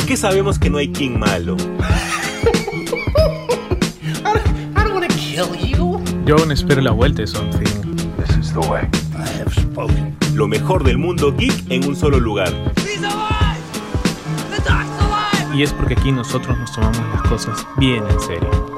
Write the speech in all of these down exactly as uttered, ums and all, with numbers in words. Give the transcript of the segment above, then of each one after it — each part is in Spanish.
qué sabemos que no hay King malo? Yo aún espero la vuelta de Something. This is the way. I have spoken. Lo mejor del mundo geek en un solo lugar. He's alive! The Doc's alive! Y es porque aquí nosotros nos tomamos las cosas bien en serio.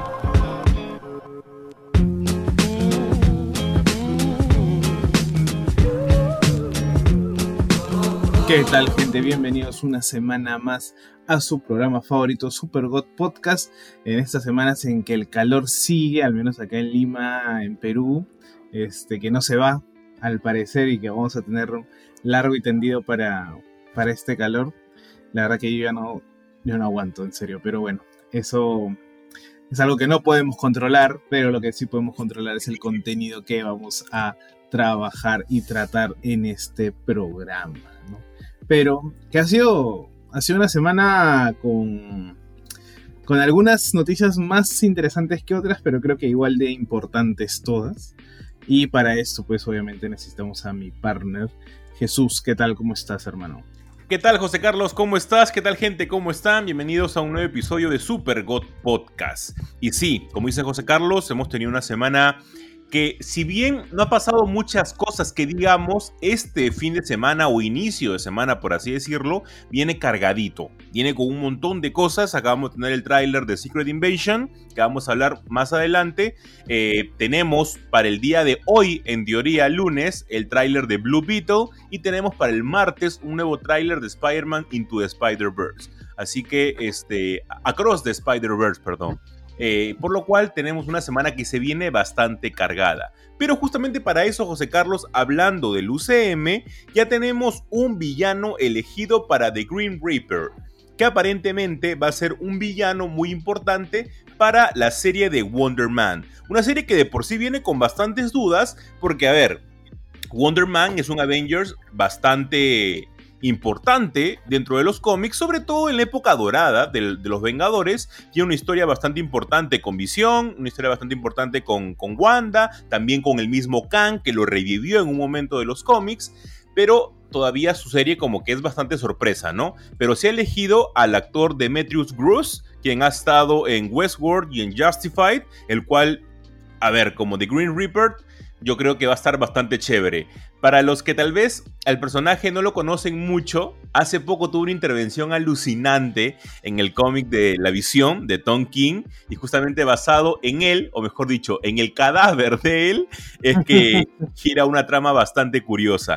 ¿Qué tal, gente? Bienvenidos una semana más a su programa favorito, Super God Podcast. En estas semanas en que el calor sigue, al menos acá en Lima, en Perú, este, que no se va, al parecer, y que vamos a tener largo y tendido para, para este calor. La verdad que yo ya no, yo no aguanto, en serio. Pero bueno, eso es algo que no podemos controlar, pero lo que sí podemos controlar es el contenido que vamos a trabajar y tratar en este programa, ¿no? Pero que ha sido, ha sido una semana con, con algunas noticias más interesantes que otras, pero creo que igual de importantes todas. Y para esto, pues obviamente necesitamos a mi partner, Jesús. ¿Qué tal? ¿Cómo estás, hermano? ¿Qué tal, José Carlos? ¿Cómo estás? ¿Qué tal, gente? ¿Cómo están? Bienvenidos a un nuevo episodio de Super God Podcast. Y sí, como dice José Carlos, hemos tenido una semana que, si bien no ha pasado muchas cosas que digamos, este fin de semana o inicio de semana, por así decirlo, viene cargadito. Viene con un montón de cosas. Acabamos de tener el tráiler de Secret Invasion, que vamos a hablar más adelante. Eh, tenemos para el día de hoy, en teoría lunes, el tráiler de Blue Beetle. Y tenemos para el martes un nuevo tráiler de Spider-Man Into the Spider-Verse. Así que, este, Across the Spider-Verse, perdón. Eh, por lo cual tenemos una semana que se viene bastante cargada. Pero justamente para eso, José Carlos, hablando del U C M, ya tenemos un villano elegido para The Green Reaper, que aparentemente va a ser un villano muy importante para la serie de Wonder Man. Una serie que de por sí viene con bastantes dudas, porque a ver, Wonder Man es un Avengers bastante importante dentro de los cómics, sobre todo en la época dorada de, de los Vengadores. Tiene una historia bastante importante con Visión, una historia bastante importante con, con Wanda, también con el mismo Kang, que lo revivió en un momento de los cómics, pero todavía su serie como que es bastante sorpresa, ¿no? Pero se ha elegido al actor Demetrius Bruce, quien ha estado en Westworld y en Justified, el cual, a ver, como The Green Reaper, yo creo que va a estar bastante chévere. Para los que tal vez al personaje no lo conocen mucho, hace poco tuvo una intervención alucinante en el cómic de La Visión de Tom King, y justamente basado en él, o mejor dicho, en el cadáver de él, es que gira una trama bastante curiosa.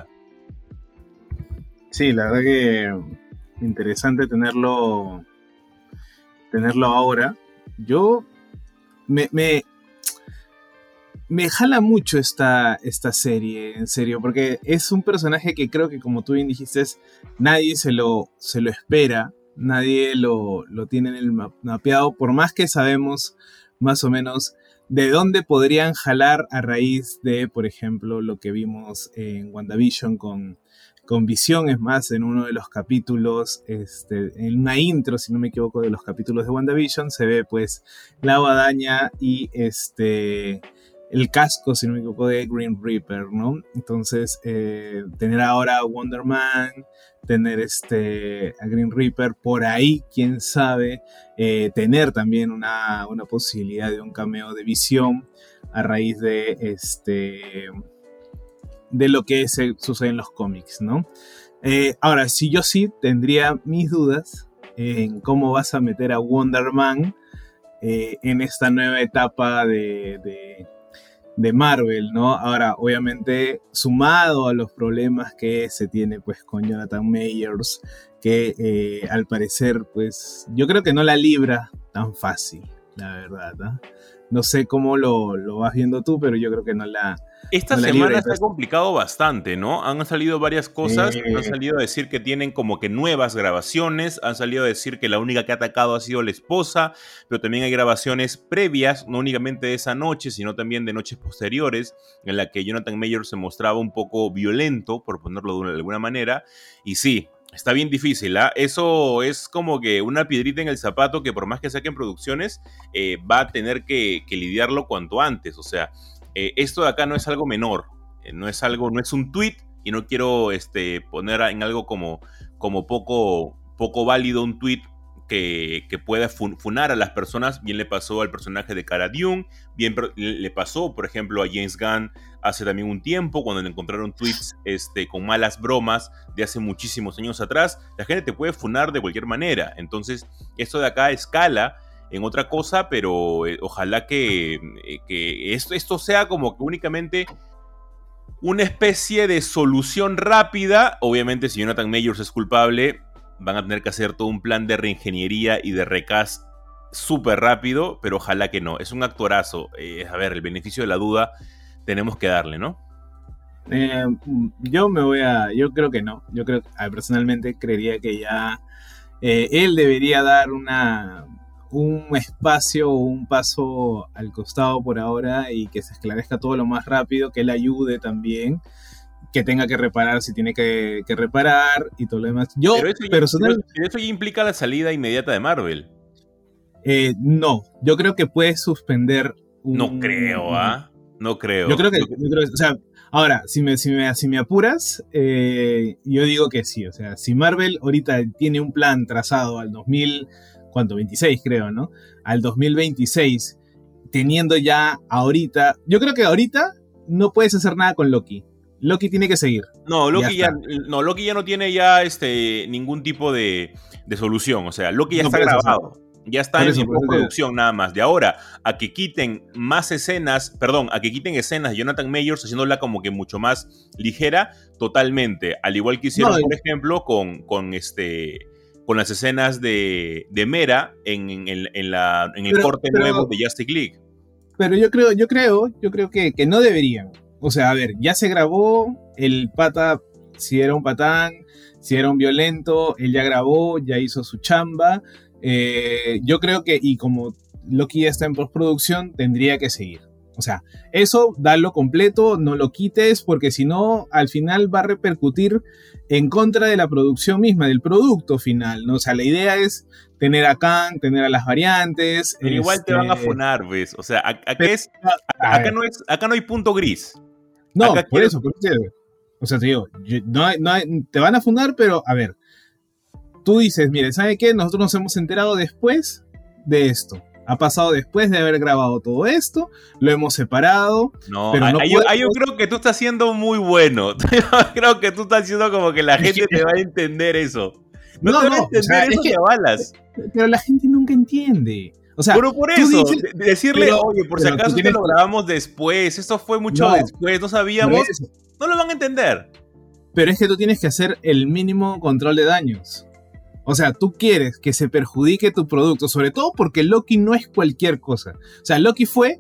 Sí, la verdad que interesante tenerlo, tenerlo ahora. Yo me... me... Me jala mucho esta, esta serie, en serio, porque es un personaje que creo que, como tú bien dijiste, nadie se lo, se lo espera, nadie lo, lo tiene en el mapeado, por más que sabemos más o menos de dónde podrían jalar a raíz de, por ejemplo, lo que vimos en WandaVision con, con Visión. Es más, en uno de los capítulos, este, en una intro, si no me equivoco, de los capítulos de WandaVision, se ve pues la guadaña y este... el casco, si no me equivoco, de Green Reaper, ¿no? Entonces, eh, tener ahora a Wonder Man, tener este, a Green Reaper por ahí, quién sabe, eh, tener también una, una posibilidad de un cameo de Visión a raíz de, este, de lo que se, sucede en los cómics, ¿no? Eh, ahora, si yo sí tendría mis dudas en cómo vas a meter a Wonder Man eh, en esta nueva etapa de... de de Marvel, ¿no? Ahora, obviamente, sumado a los problemas que se tiene, pues, con Jonathan Majors, que eh, al parecer, pues, yo creo que no la libra tan fácil, la verdad, ¿no? No sé cómo lo, lo vas viendo tú, pero yo creo que no la... Esta no la semana libra, se ha complicado bastante, ¿no? Han salido varias cosas, eh... han salido a decir que tienen como que nuevas grabaciones, han salido a decir que la única que ha atacado ha sido la esposa, pero también hay grabaciones previas, no únicamente de esa noche, sino también de noches posteriores, en la que Jonathan Majors se mostraba un poco violento, por ponerlo de alguna manera, y sí, está bien difícil, ¿ah? ¿eh? Eso es como que una piedrita en el zapato que por más que saquen producciones, eh, va a tener que, que lidiarlo cuanto antes. O sea, eh, esto de acá no es algo menor, eh, no es algo, no es un tweet, y no quiero este, poner en algo como, como poco, poco válido un tweet que, que pueda fun, funar a las personas. Bien le pasó al personaje de Cara Dune, bien le pasó, por ejemplo, a James Gunn hace también un tiempo, cuando le encontraron tweets este, con malas bromas de hace muchísimos años atrás. La gente te puede funar de cualquier manera. Entonces, esto de acá escala en otra cosa, pero eh, ojalá que, eh, que esto, esto sea como que únicamente una especie de solución rápida. Obviamente, si Jonathan Majors es culpable, van a tener que hacer todo un plan de reingeniería y de recast súper rápido, pero ojalá que no. Es un actorazo. Eh, a ver, el beneficio de la duda tenemos que darle, ¿no? Eh, yo me voy a... Yo creo que no. Yo creo, personalmente creería que ya eh, él debería dar una... un espacio o un paso al costado por ahora y que se esclarezca todo lo más rápido, que él ayude también, que tenga que reparar si tiene que, que reparar y todo lo demás. Yo, pero eso, personal, ya, pero eso ya implica la salida inmediata de Marvel. Eh, no, yo creo que puedes suspender un... No creo, ¿ah? ¿eh? No creo. Yo creo que, yo creo que, o sea, ahora, si me, si me, si me apuras, eh, yo digo que sí, o sea, si Marvel ahorita tiene un plan trazado al dos mil... ¿Cuánto? veintiséis creo, ¿no? Al dos mil veintiséis, teniendo ya ahorita... Yo creo que ahorita no puedes hacer nada con Loki. Loki tiene que seguir. No, Loki ya, ya, no, Loki ya no tiene ya este, ningún tipo de, de solución. O sea, Loki ya no está grabado. Eso, ya está en, eso, en producción nada más. De ahora a que quiten más escenas, perdón, a que quiten escenas de Jonathan Majors haciéndola como que mucho más ligera, totalmente. Al igual que hicieron, no, por ejemplo, con, con este... con las escenas de, de Mera en, en, en, la, en el pero, corte pero, nuevo de Justice League. Pero yo creo, yo creo, yo creo que, que no deberían. O sea, a ver, ya se grabó, el pata, si era un patán, si era un violento, él ya grabó, ya hizo su chamba. Eh, yo creo que, y como Loki ya está en postproducción, tendría que seguir. O sea, eso, dalo completo, no lo quites, porque si no, al final va a repercutir en contra de la producción misma, del producto final, ¿no? O sea, la idea es tener a Kang, tener a las variantes. Pero este... igual te van a funar, ¿ves? O sea, acá, Pero, es, acá, no, es, acá no hay punto gris. No, acá por eso, por eso. O sea, te digo, no hay, no hay, te van a funar, pero a ver, tú dices, mire, ¿sabe qué? Nosotros nos hemos enterado después de esto. Ha pasado después de haber grabado todo esto, lo hemos separado. No, pero no ahí, yo, ahí yo creo que tú estás siendo muy bueno. Yo creo que tú estás haciendo como que la gente te va a entender eso. No, no te va a entender, o sea, eso, es que, balas. Pero la gente nunca entiende. O sea, pero por eso, dices, decirle, pero, oye, por si acaso tienes... que lo grabamos después, esto fue mucho no, después, no sabíamos, es... no lo van a entender. Pero es que tú tienes que hacer el mínimo control de daños. O sea, tú quieres que se perjudique tu producto, sobre todo porque Loki no es cualquier cosa. O sea, Loki fue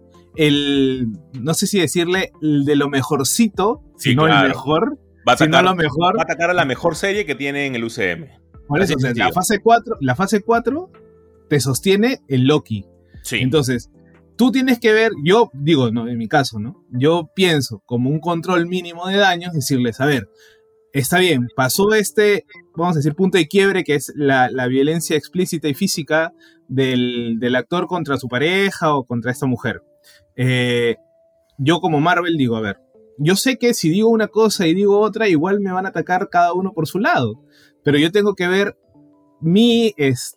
el, no sé si decirle, el de lo mejorcito, sí, si no claro. el mejor, va a atacar, si no lo mejor. Va a atacar a la mejor serie que tiene en el U C M. Por eso, o sea, la fase cuatro, la fase cuatro te sostiene el Loki. Sí. Entonces, tú tienes que ver, yo digo, no, en mi caso, ¿no? Yo pienso como un control mínimo de daños, decirles, a ver, está bien, pasó este, vamos a decir, punto de quiebre, que es la, la violencia explícita y física del, del actor contra su pareja o contra esta mujer. Eh, yo como Marvel digo, a ver, yo sé que si digo una cosa y digo otra, igual me van a atacar cada uno por su lado, pero yo tengo que ver mi,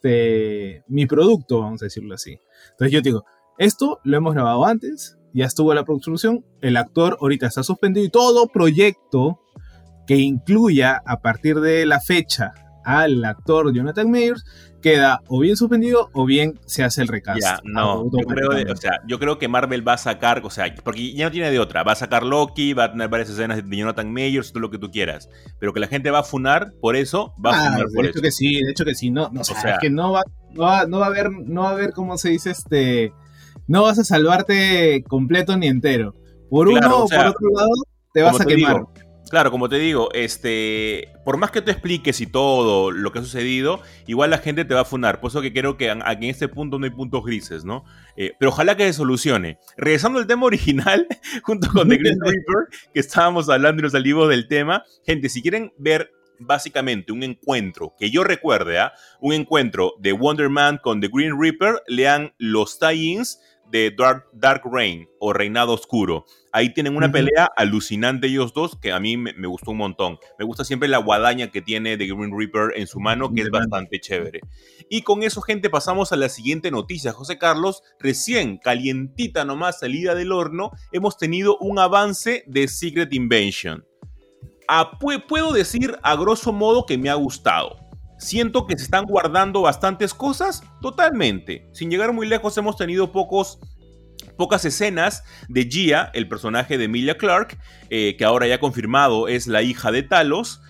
este, mi producto, vamos a decirlo así. Entonces yo digo, esto lo hemos grabado antes, ya estuvo la producción, el actor ahorita está suspendido y todo proyecto que incluya a partir de la fecha al actor Jonathan Majors queda o bien suspendido o bien se hace el recast. Ya, no, yo creo, de, o sea, yo creo que Marvel va a sacar, o sea, porque ya no tiene de otra, va a sacar Loki, va a tener varias escenas de Jonathan Majors, todo lo que tú quieras, pero que la gente va a funar por eso, va ah, a funar por de eso. hecho que sí, de hecho que sí, no, no o sea, o sea, es que no va, no va, no va a haber, no va a haber, ¿cómo se dice? Este, no vas a salvarte completo ni entero. Por claro, uno o, o sea, por otro lado, te vas a te quemar. Digo, Claro, como te digo, este, por más que tú expliques y todo lo que ha sucedido, igual la gente te va a funar. Por eso que creo que aquí en este punto no hay puntos grises, ¿no? Eh, pero ojalá que se solucione. Regresando al tema original, junto con The Green Reaper, que estábamos hablando y nos salimos del tema. Gente, si quieren ver básicamente un encuentro, que yo recuerde, ¿eh? un encuentro de Wonder Man con The Green Reaper, lean los tie-ins de Dark, Dark Reign o Reinado Oscuro. Ahí tienen una uh-huh. pelea alucinante ellos dos que a mí me, me gustó un montón. Me gusta siempre la guadaña que tiene The Green Reaper en su mano, que es bastante chévere. Y con eso, gente, pasamos a la siguiente noticia. José Carlos, recién calientita nomás, salida del horno, hemos tenido un avance de Secret Invasion. Ah, pu- puedo decir a grosso modo que me ha gustado. Siento que se están guardando bastantes cosas, totalmente. Sin llegar muy lejos, hemos tenido pocos, pocas escenas de Gia, el personaje de Emilia Clarke, eh, que ahora ya confirmado es la hija de Talos.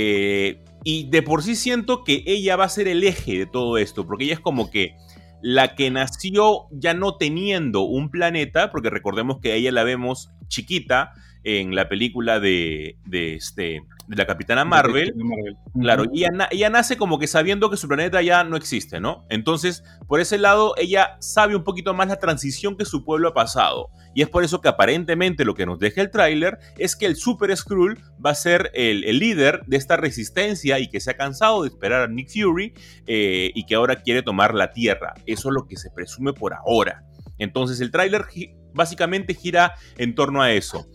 Eh, y de por sí siento que ella va a ser el eje de todo esto, porque ella es como que la que nació ya no teniendo un planeta, porque recordemos que a ella la vemos chiquita en la película de, de, este, de la Capitana Marvel. De Marvel. Claro, y ella, ella nace como que sabiendo que su planeta ya no existe, ¿no? Entonces, por ese lado, ella sabe un poquito más la transición que su pueblo ha pasado. Y es por eso que aparentemente lo que nos deja el tráiler es que el Super Skrull va a ser el, el líder de esta resistencia y que se ha cansado de esperar a Nick Fury eh, y que ahora quiere tomar la Tierra. Eso es lo que se presume por ahora. Entonces, el tráiler gi- básicamente gira en torno a eso.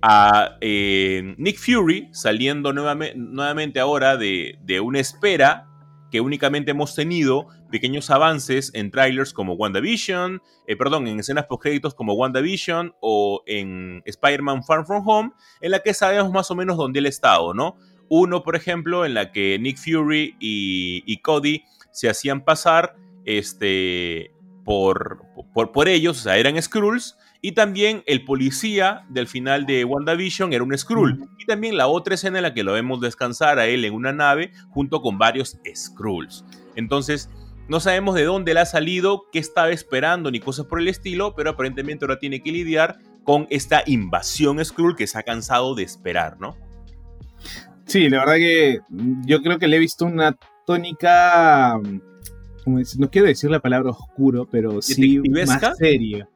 A eh, Nick Fury saliendo nuevamente, nuevamente ahora de, de una espera que únicamente hemos tenido pequeños avances en trailers como WandaVision, eh, perdón, en escenas postcréditos como WandaVision o en Spider-Man Far From Home, en la que sabemos más o menos dónde él ha estado, ¿no? Uno, por ejemplo, en la que Nick Fury y, y Cody se hacían pasar este, por, por, por ellos, o sea, eran Skrulls. Y también el policía del final de WandaVision era un Skrull. Y también la otra escena en la que lo vemos descansar a él en una nave junto con varios Skrulls. Entonces, no sabemos de dónde él ha salido, qué estaba esperando, ni cosas por el estilo, pero aparentemente ahora tiene que lidiar con esta invasión Skrull que se ha cansado de esperar, ¿no? Sí, la verdad que yo creo que le he visto una tónica, como decir, no quiero decir la palabra oscuro, pero sí más seria.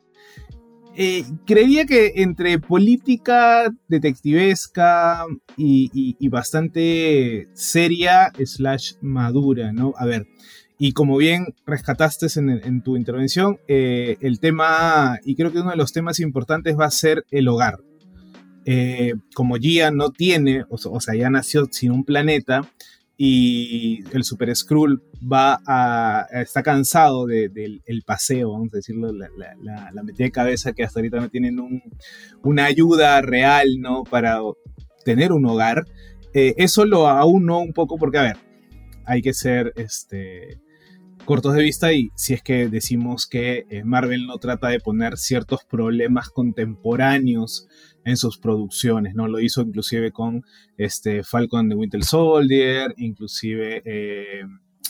Eh, creería que entre política detectivesca y, y, y bastante seria slash madura, ¿no? A ver, y como bien rescataste en, en tu intervención, eh, el tema, y creo que uno de los temas importantes va a ser el hogar. Eh, como Gia no tiene, o, o sea, ya nació sin un planeta, y el Super Skrull va a, está cansado del de, de paseo, vamos a decirlo, la, la, la, la metida de cabeza que hasta ahorita no tienen un, una ayuda real, ¿no? Para tener un hogar. Eh, eso lo aúno un poco porque, a ver, hay que ser este, cortos de vista y si es que decimos que eh, Marvel no trata de poner ciertos problemas contemporáneos en sus producciones, ¿no? Lo hizo inclusive con este, Falcon the Winter Soldier, inclusive eh,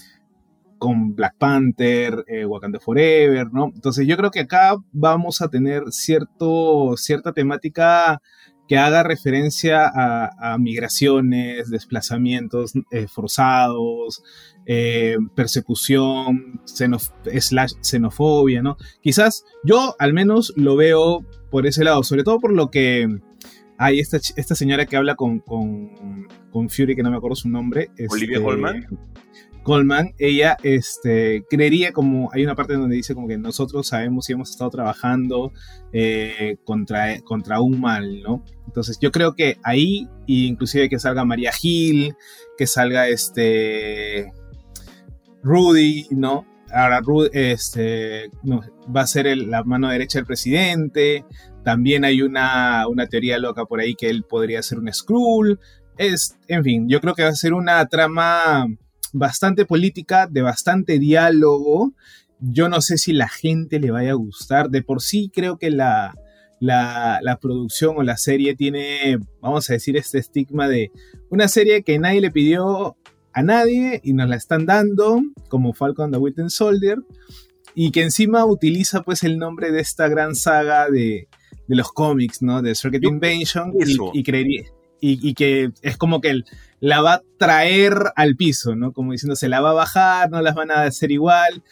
con Black Panther, eh, Wakanda Forever, ¿no? Entonces yo creo que acá vamos a tener cierto, cierta temática que haga referencia a, a migraciones, desplazamientos eh, forzados, eh, persecución, xenof- slash xenofobia, ¿no? Quizás yo al menos lo veo por ese lado, sobre todo por lo que hay esta, esta señora que habla con, con, con Fury, que no me acuerdo su nombre. Olivia este, Colman. Colman, ella este, creería como, hay una parte donde dice como que nosotros sabemos y hemos estado trabajando eh, contra, contra un mal, ¿no? Entonces yo creo que ahí, inclusive que salga Maria Hill, que salga este Rudy, ¿no? Ahora Rudy este, no, va a ser el, la mano derecha del presidente. También hay una, una teoría loca por ahí que él podría ser un Skrull. Es, en fin, yo creo que va a ser una trama bastante política, de bastante diálogo. Yo no sé si la gente le vaya a gustar. De por sí creo que la, la, la producción o la serie tiene, vamos a decir, este estigma de una serie que nadie le pidió a nadie y nos la están dando, como Falcon the Winter Soldier, y que encima utiliza pues el nombre de esta gran saga de, de los cómics, ¿no? De Secret Invasion, y, y creería... Y, y que es como que el, la va a traer al piso, ¿no? Como diciendo, se la va a bajar, no las van a hacer igual.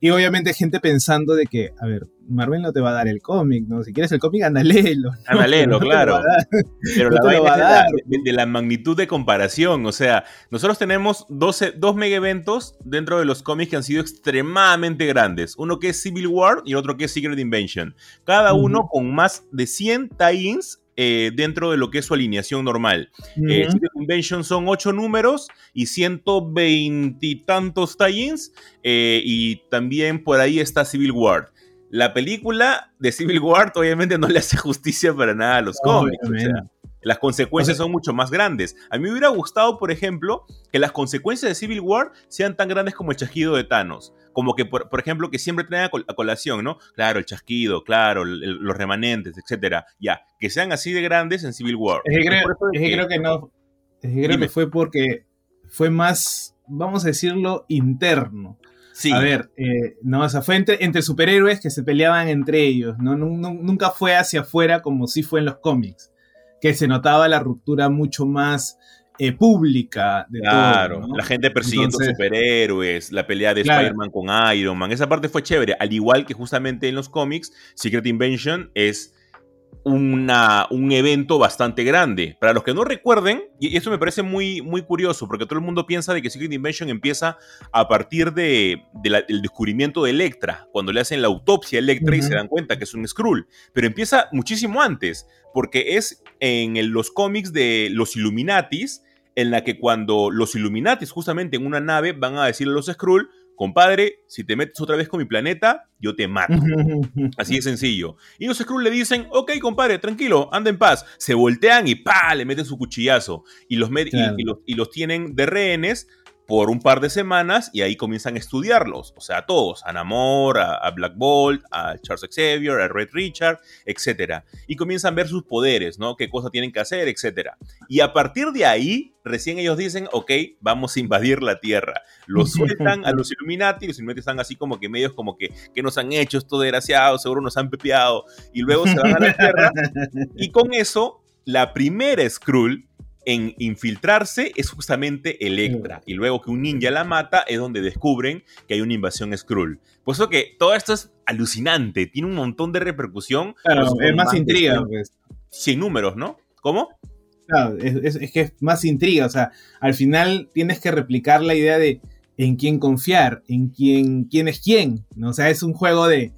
Y obviamente gente pensando de que, a ver, Marvel no te va a dar el cómic, ¿no? Si quieres el cómic, anda, léelo. ¿no? Anda, léelo, no claro. Pero no la te lo vaina va a es de la, dar. de, de la magnitud de comparación. O sea, nosotros tenemos doce, dos mega eventos dentro de los cómics que han sido extremadamente grandes. Uno que es Civil War y otro que es Secret Invasion. Cada uno Uh-huh. con más de cien tie-ins eh, dentro de lo que es su alineación normal. Uh-huh. Eh, Secret Invasion son ocho números y ciento veinte y tantos tie-ins. Eh, y también por ahí está Civil War. La película de Civil War obviamente no le hace justicia para nada a los cómics. O sea, las consecuencias O sea, son mucho más grandes. A mí me hubiera gustado, por ejemplo, que las consecuencias de Civil War sean tan grandes como el chasquido de Thanos. Como que, por, por ejemplo, que siempre traigan a, col a colación, ¿no? Claro, el chasquido, claro, el, el, los remanentes, etcétera. Ya, que sean así de grandes en Civil War. Es que creo, es es que, que, creo que no. Es que creo dime. que fue porque fue más, vamos a decirlo, interno. Sí. A ver, eh, no, o sea, fue entre, entre superhéroes que se peleaban entre ellos, ¿no? Nunca fue hacia afuera como sí fue en los cómics, que se notaba la ruptura mucho más eh, pública de claro, todo, ¿no? La gente persiguiendo Entonces, superhéroes, la pelea de claro. Spider-Man con Iron Man, esa parte fue chévere, al igual que justamente en los cómics, Secret Invasion es Una, un evento bastante grande. Para los que no recuerden, y eso me parece muy, muy curioso, porque todo el mundo piensa de que Secret Invasion empieza a partir de, de la, del descubrimiento de Elektra, cuando le hacen la autopsia a Elektra uh-huh. y se dan cuenta que es un Skrull. Pero empieza muchísimo antes, porque es en el, los cómics de los Illuminatis, en la que cuando los Illuminatis justamente en una nave van a decirle a los Skrull: compadre, si te metes otra vez con mi planeta, yo te mato. Así de sencillo. Y los Skrull le dicen: ok, compadre, tranquilo, anda en paz. Se voltean y ¡pa! Le meten su cuchillazo. Y los, claro. y, y, los, y los tienen de rehenes por un par de semanas y ahí comienzan a estudiarlos. O sea, a todos. A Namor, a, a Black Bolt, a Charles Xavier, a Red Richard, etcétera. Y comienzan a ver sus poderes, ¿no? Qué cosas tienen que hacer, etcétera. Y a partir de ahí, recién ellos dicen: ok, vamos a invadir la Tierra. Los sueltan a los Illuminati, los Illuminati están así como que medios como que, ¿qué nos han hecho estos desgraciados? Seguro nos han pepeado. Y luego se van a la Tierra. Y con eso, la primera Skrull en infiltrarse es justamente Elektra. Y luego que un ninja la mata es donde descubren que hay una invasión Skrull. Por eso que todo esto es alucinante. Tiene un montón de repercusión. Claro, es más, más intriga. cien, pues. cien números, ¿no? ¿Cómo? Claro, es, es, es que es más intriga. O sea, al final tienes que replicar la idea de en quién confiar, en quién, quién es quién, ¿no? O sea, es un juego de,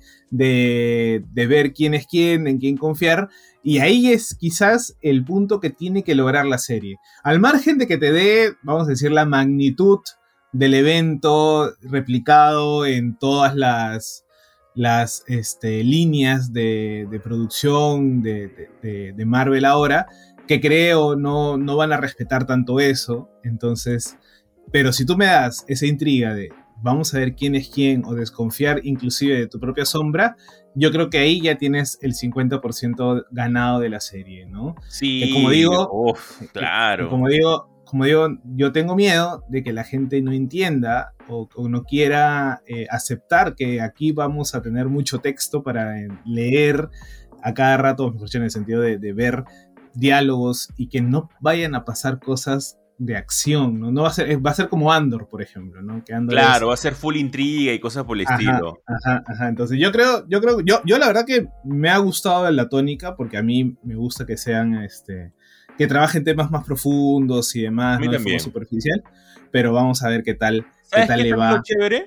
de, de ver quién es quién, en quién confiar. Y ahí es quizás el punto que tiene que lograr la serie. Al margen de que te dé, vamos a decir, la magnitud del evento replicado en todas las, las este, líneas de, de producción de, de, de, de Marvel ahora, que creo no, no van a respetar tanto eso. Entonces, pero si tú me das esa intriga de vamos a ver quién es quién o desconfiar inclusive de tu propia sombra, yo creo que ahí ya tienes el cincuenta por ciento ganado de la serie, ¿no? Sí, que como digo, uf, claro. Que, como digo, como digo, yo tengo miedo de que la gente no entienda o, o no quiera eh, aceptar que aquí vamos a tener mucho texto para eh, leer a cada rato, mejor dicho, en el sentido de, de ver diálogos y que no vayan a pasar cosas de acción, ¿no? No va a ser, va a ser como Andor, por ejemplo, ¿no? Que Andor claro, es... va a ser full intriga y cosas por el ajá, estilo. Ajá, ajá. Entonces yo creo, yo creo, yo, yo la verdad que me ha gustado la tónica, porque a mí me gusta que sean, este, que trabajen temas más profundos y demás, no de forma superficial, pero vamos a ver qué tal, qué tal qué le va. Lo chévere?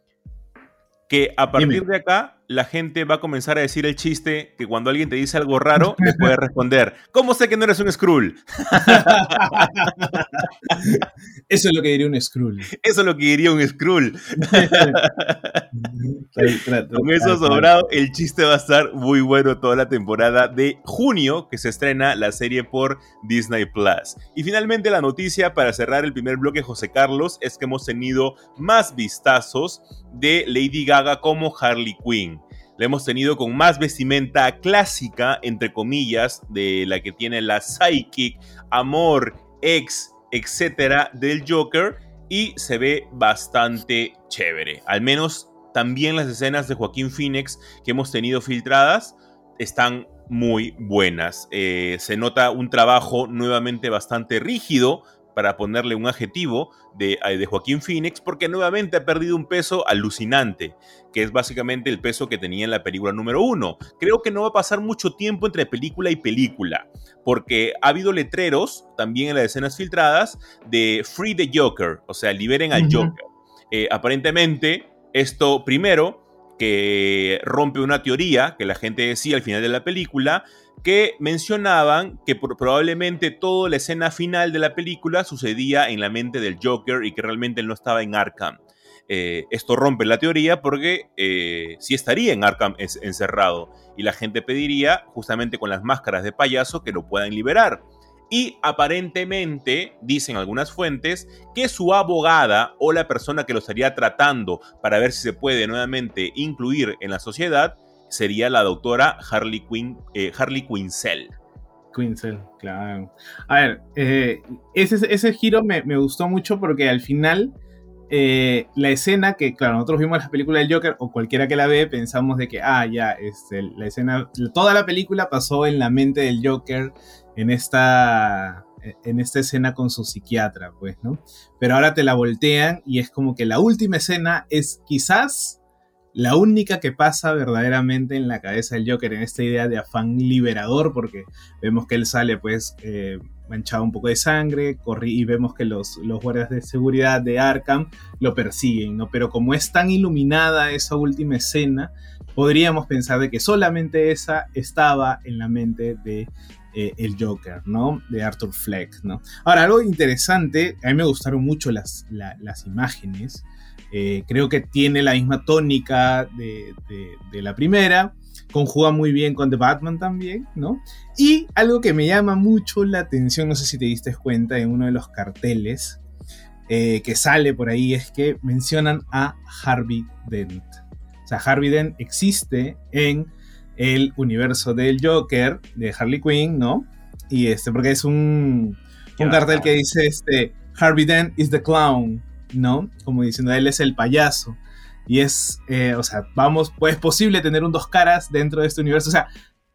Que a partir Dime. de acá la gente va a comenzar a decir el chiste que cuando alguien te dice algo raro, le puedes responder: ¿cómo sé que no eres un Skrull? Eso es lo que diría un Skrull. Eso es lo que diría un Skrull. Con eso sobrado, el chiste va a estar muy bueno toda la temporada de junio, que se estrena la serie por Disney Plus. Y finalmente la noticia para cerrar el primer bloque, José Carlos, es que hemos tenido más vistazos de Lady Gaga como Harley Quinn. La hemos tenido con más vestimenta clásica, entre comillas, de la que tiene la sidekick, amor, ex, etcétera, del Joker, y se ve bastante chévere. Al menos también las escenas de Joaquín Phoenix que hemos tenido filtradas están muy buenas. Eh, se nota un trabajo nuevamente bastante rígido, para ponerle un adjetivo de, de Joaquín Phoenix, porque nuevamente ha perdido un peso alucinante, que es básicamente el peso que tenía en la película número uno. Creo que no va a pasar mucho tiempo entre película y película, porque ha habido letreros también en las escenas filtradas de Free the Joker, o sea, liberen al uh-huh. Joker. Eh, aparentemente, esto primero, que rompe una teoría que la gente decía al final de la película, que mencionaban que probablemente toda la escena final de la película sucedía en la mente del Joker y que realmente él no estaba en Arkham. Eh, esto rompe la teoría porque eh, sí estaría en Arkham es, encerrado y la gente pediría justamente con las máscaras de payaso que lo puedan liberar. Y aparentemente, dicen algunas fuentes, que su abogada o la persona que lo estaría tratando para ver si se puede nuevamente incluir en la sociedad sería la doctora Harley Quinn, eh, Harley Quinzel. Quinzel, claro. A ver, eh, ese, ese giro me, me gustó mucho porque al final eh, la escena que, claro, nosotros vimos la película del Joker o cualquiera que la ve, pensamos de que, ah, ya, este, la escena, toda la película pasó en la mente del Joker en esta, en esta escena con su psiquiatra, pues, ¿no? Pero ahora te la voltean y es como que la última escena es quizás la única que pasa verdaderamente en la cabeza del Joker, en esta idea de afán liberador, porque vemos que él sale, pues, eh, manchado un poco de sangre, corri- y vemos que los, los guardias de seguridad de Arkham lo persiguen, ¿no? Pero como es tan iluminada esa última escena, podríamos pensar de que solamente esa estaba en la mente de eh, el Joker, ¿no? De Arthur Fleck, ¿no? Ahora, algo interesante, a mí me gustaron mucho las, la, las imágenes. Eh, creo que tiene la misma tónica de, de, de la primera, conjuga muy bien con The Batman también, ¿no? Y algo que me llama mucho la atención, no sé si te diste cuenta en uno de los carteles eh, que sale por ahí, es que mencionan a Harvey Dent. O sea, Harvey Dent existe en el universo del Joker, de Harley Quinn, ¿no? Y este, porque es un, un cartel que dice, este, Harvey Dent is the clown, ¿no? Como diciendo, él es el payaso. Y es, eh, o sea, vamos, pues es posible tener un dos caras dentro de este universo. O sea,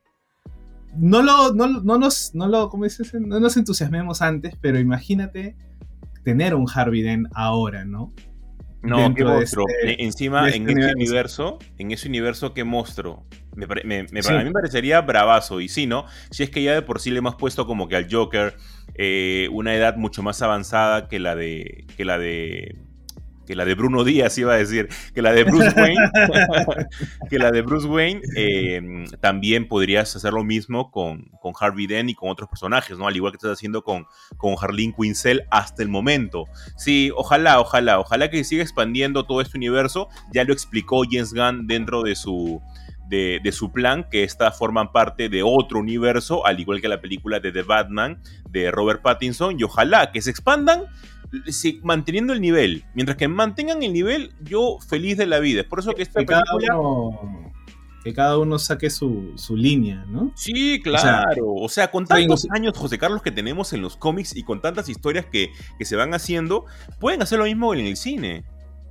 no lo, no, no nos, no lo, ¿cómo dices? No nos entusiasmemos antes, pero imagínate tener un Harvey Dent ahora, ¿no? No, qué monstruo. Este, Encima, este en ese universo. universo, en ese universo, qué monstruo. Me, me, me, sí. A mí me parecería bravazo. Y sí, ¿no? Si es que ya de por sí le hemos puesto como que al Joker eh, una edad mucho más avanzada que la de que la de que la de Bruno Díaz, iba a decir, que la de Bruce Wayne, que la de Bruce Wayne, eh, también podrías hacer lo mismo con, con Harvey Dent y con otros personajes, ¿no? Al igual que estás haciendo con, con Harley Quinzel hasta el momento. Sí, ojalá, ojalá, ojalá que siga expandiendo todo este universo. Ya lo explicó James Gunn dentro de su, de, de su plan, que estas forman parte de otro universo, al igual que la película de The Batman de Robert Pattinson, y ojalá que se expandan, sí, manteniendo el nivel. Mientras que mantengan el nivel, yo feliz de la vida. Es por eso que esta que película... Cada uno, que cada uno saque su, su línea, ¿no? Sí, claro. O sea, o sea con tantos años, José Carlos, que tenemos en los cómics y con tantas historias que, que se van haciendo, pueden hacer lo mismo en el cine.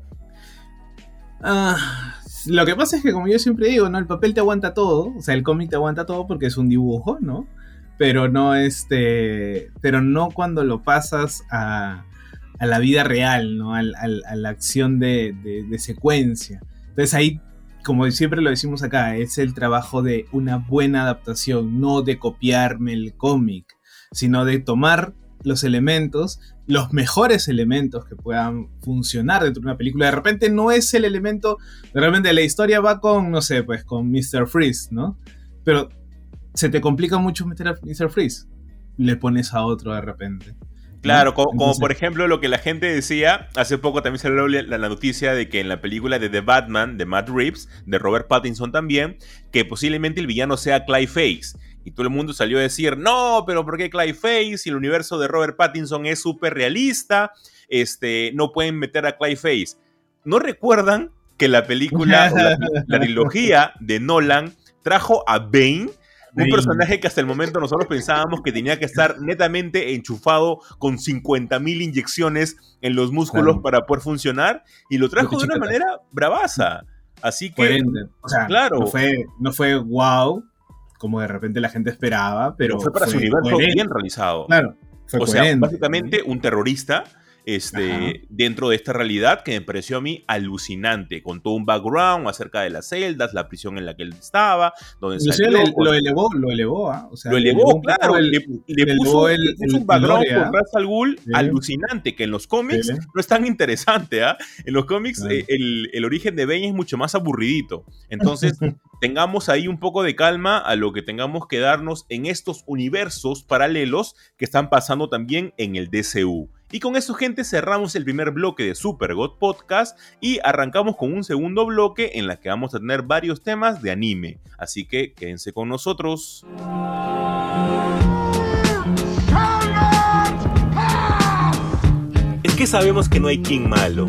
Ah, lo que pasa es que, como yo siempre digo, ¿no? El papel te aguanta todo. O sea, el cómic te aguanta todo porque es un dibujo, ¿no? Pero no, este... Pero no cuando lo pasas a... a la vida real, ¿no? A, a, a la acción de, de, de secuencia. Entonces ahí, como siempre lo decimos acá, es el trabajo de una buena adaptación, no de copiarme el cómic, sino de tomar los elementos, los mejores elementos que puedan funcionar dentro de una película. De repente no es el elemento, de repente la historia va con, no sé, pues con mister Freeze, ¿no? Pero se te complica mucho meter a mister Freeze. Le pones a otro de repente. Claro, ¿no? como, Entonces, como por ejemplo lo que la gente decía, hace poco también salió la, la noticia de que en la película de The Batman, de Matt Reeves, de Robert Pattinson también, que posiblemente el villano sea Clayface. Y todo el mundo salió a decir, no, pero ¿por qué Clayface? Si el universo de Robert Pattinson es súper realista, este, no pueden meter a Clayface. ¿No recuerdan que la película, la, la trilogía de Nolan trajo a Bane? Un personaje que hasta el momento nosotros pensábamos que tenía que estar netamente enchufado con cincuenta mil inyecciones en los músculos, claro, para poder funcionar, y lo trajo de una manera bravaza. Así que, o sea, claro, no fue, no fue wow, como de repente la gente esperaba, pero fue para fue su universo bien realizado. Claro, Fue o sea, coherente. básicamente un terrorista este, Ajá. dentro de esta realidad que me pareció a mí alucinante, con todo un background acerca de las celdas, la prisión en la que él estaba, donde Inclusive salió, le- con- lo elevó, lo elevó, ¿ah? O sea, lo le elevó, un claro, poco el, le, le le puso, elevó el, le puso el, un background el lore, con ¿ah? Ra's al Ghul Sí, alucinante, que en los cómics sí, no es tan interesante, ¿ah? En los cómics claro. eh, el, el origen de Bane es mucho más aburridito. Entonces, tengamos ahí un poco de calma a lo que tengamos que darnos en estos universos paralelos que están pasando también en el D C U. Y con eso, gente, cerramos el primer bloque de Super God Podcast y arrancamos con un segundo bloque en la que vamos a tener varios temas de anime. Así que quédense con nosotros. Es que sabemos que no hay King malo.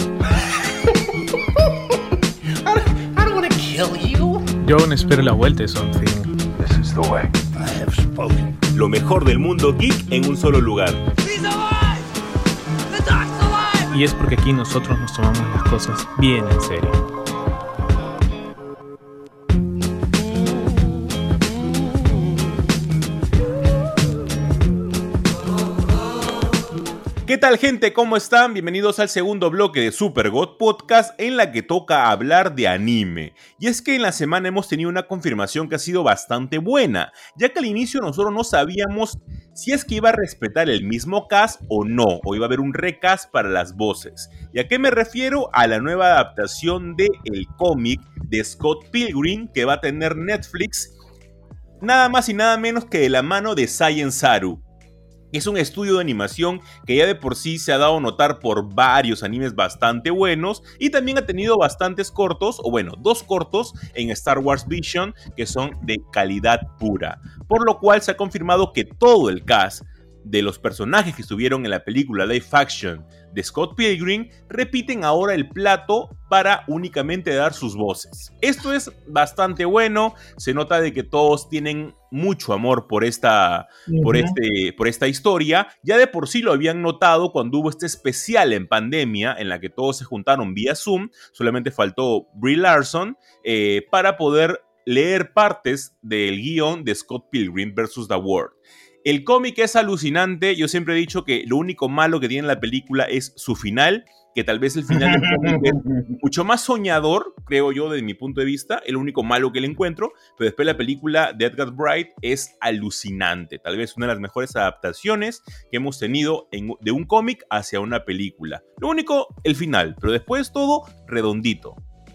I don't want to kill you. Yo aún espero la vuelta de Something. This is the way. I have spoken. Lo mejor del mundo geek en un solo lugar. He's alive. The doc's alive. Y es porque aquí nosotros nos tomamos las cosas bien en serio. ¿Qué tal, gente? ¿Cómo están? Bienvenidos al segundo bloque de Super God Podcast, en la que toca hablar de anime. Y es que en la semana hemos tenido una confirmación que ha sido bastante buena, ya que al inicio nosotros no sabíamos si es que iba a respetar el mismo cast o no, o iba a haber un recast para las voces. ¿Y a qué me refiero? A la nueva adaptación del cómic de Scott Pilgrim que va a tener Netflix, nada más y nada menos que de la mano de Science Saru. Es un estudio de animación que ya de por sí se ha dado a notar por varios animes bastante buenos y también ha tenido bastantes cortos, o bueno, dos cortos en Star Wars Vision que son de calidad pura. Por lo cual se ha confirmado que todo el cast de los personajes que estuvieron en la película live action de Scott Pilgrim repiten ahora el plato para únicamente dar sus voces. Esto es bastante bueno, se nota de que todos tienen mucho amor por esta, uh-huh. por este, por esta historia. Ya de por sí lo habían notado cuando hubo este especial en pandemia en la que todos se juntaron vía Zoom, solamente faltó Brie Larson eh, para poder leer partes del guión de Scott Pilgrim versus The World. El cómic es alucinante, yo siempre he dicho que lo único malo que tiene la película es su final, que tal vez el final del cómic es mucho más soñador, creo yo, desde mi punto de vista, el único malo que le encuentro, pero después la película de Edgar Wright es alucinante, tal vez una de las mejores adaptaciones que hemos tenido en, de un cómic hacia una película. Lo único, el final, pero después todo redondito.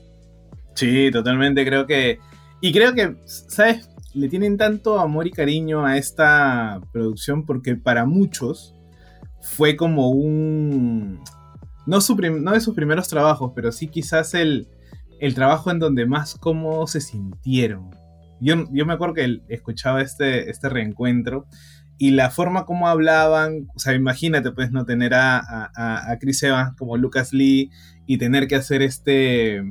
Sí, totalmente, creo que... Y creo que, ¿sabes? Le tienen tanto amor y cariño a esta producción porque para muchos fue como un... No, su prim... no de sus primeros trabajos, pero sí quizás el, el trabajo en donde más cómodos se sintieron. Yo, yo me acuerdo que escuchaba este, este reencuentro y la forma como hablaban, o sea, imagínate pues no tener a, a, a Chris Evans como Lucas Lee y tener que hacer este...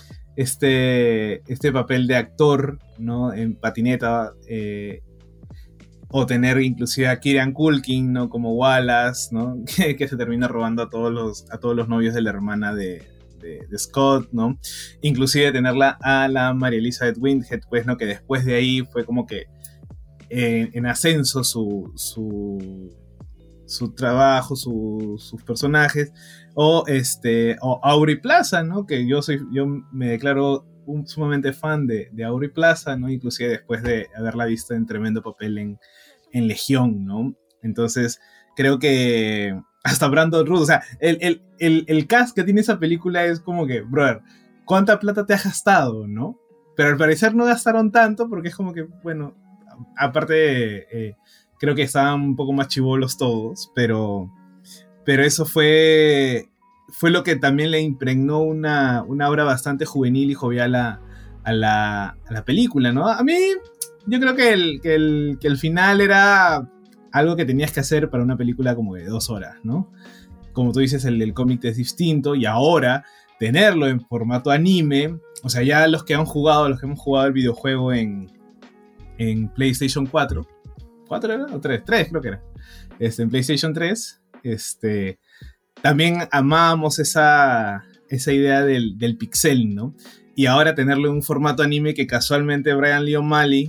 Este, este papel de actor, ¿no? En patineta, eh, o tener inclusive a Kieran Culkin, ¿no? Como Wallace, ¿no? Que, que se termina robando a todos los, a todos los novios de la hermana de, de, de Scott, ¿no? Inclusive tenerla a la Mary Elizabeth Winstead, pues, ¿no? Que después de ahí fue como que eh, en ascenso su, su, su trabajo, su, sus personajes. O este o Aubrey Plaza, ¿no? Que yo soy yo me declaro un, sumamente fan de, de Aubrey Plaza, ¿no? Inclusive después de haberla visto en tremendo papel en, en Legión, ¿no? Entonces creo que hasta Brandon Root, o sea, el, el, el, el cast que tiene esa película es como que, brother, ¿cuánta plata te has gastado, no? Pero al parecer no gastaron tanto porque es como que, bueno, aparte eh, creo que estaban un poco más chibolos todos, pero... Pero eso fue, fue lo que también le impregnó una, una obra bastante juvenil y jovial a, a, la, a la película, ¿no? A mí, yo creo que el, que, el, que el final era algo que tenías que hacer para una película como de dos horas, ¿no? Como tú dices, el del cómic es distinto y ahora tenerlo en formato anime, o sea, ya los que han jugado, los que hemos jugado el videojuego en, en PlayStation cuatro, ¿cuatro era? ¿O tres? tres creo que era. Este, en PlayStation tres... Este, también amábamos esa, esa idea del, del pixel, ¿no? Y ahora tenerlo en un formato anime que casualmente Brian Lee O'Malley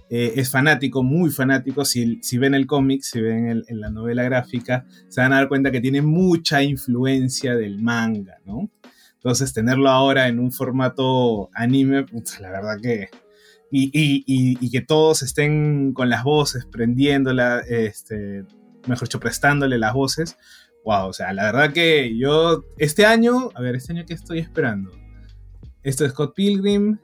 eh, es fanático, muy fanático. Si, si ven el cómic, si ven el, en la novela gráfica, se van a dar cuenta que tiene mucha influencia del manga, ¿no? Entonces, tenerlo ahora en un formato anime, putz, la verdad que... Y, y, y, y que todos estén con las voces, prendiéndola, este, mejor dicho, prestándole las voces. Wow, o sea, la verdad que yo, este año, a ver, este año, ¿qué estoy esperando? Esto es Scott Pilgrim,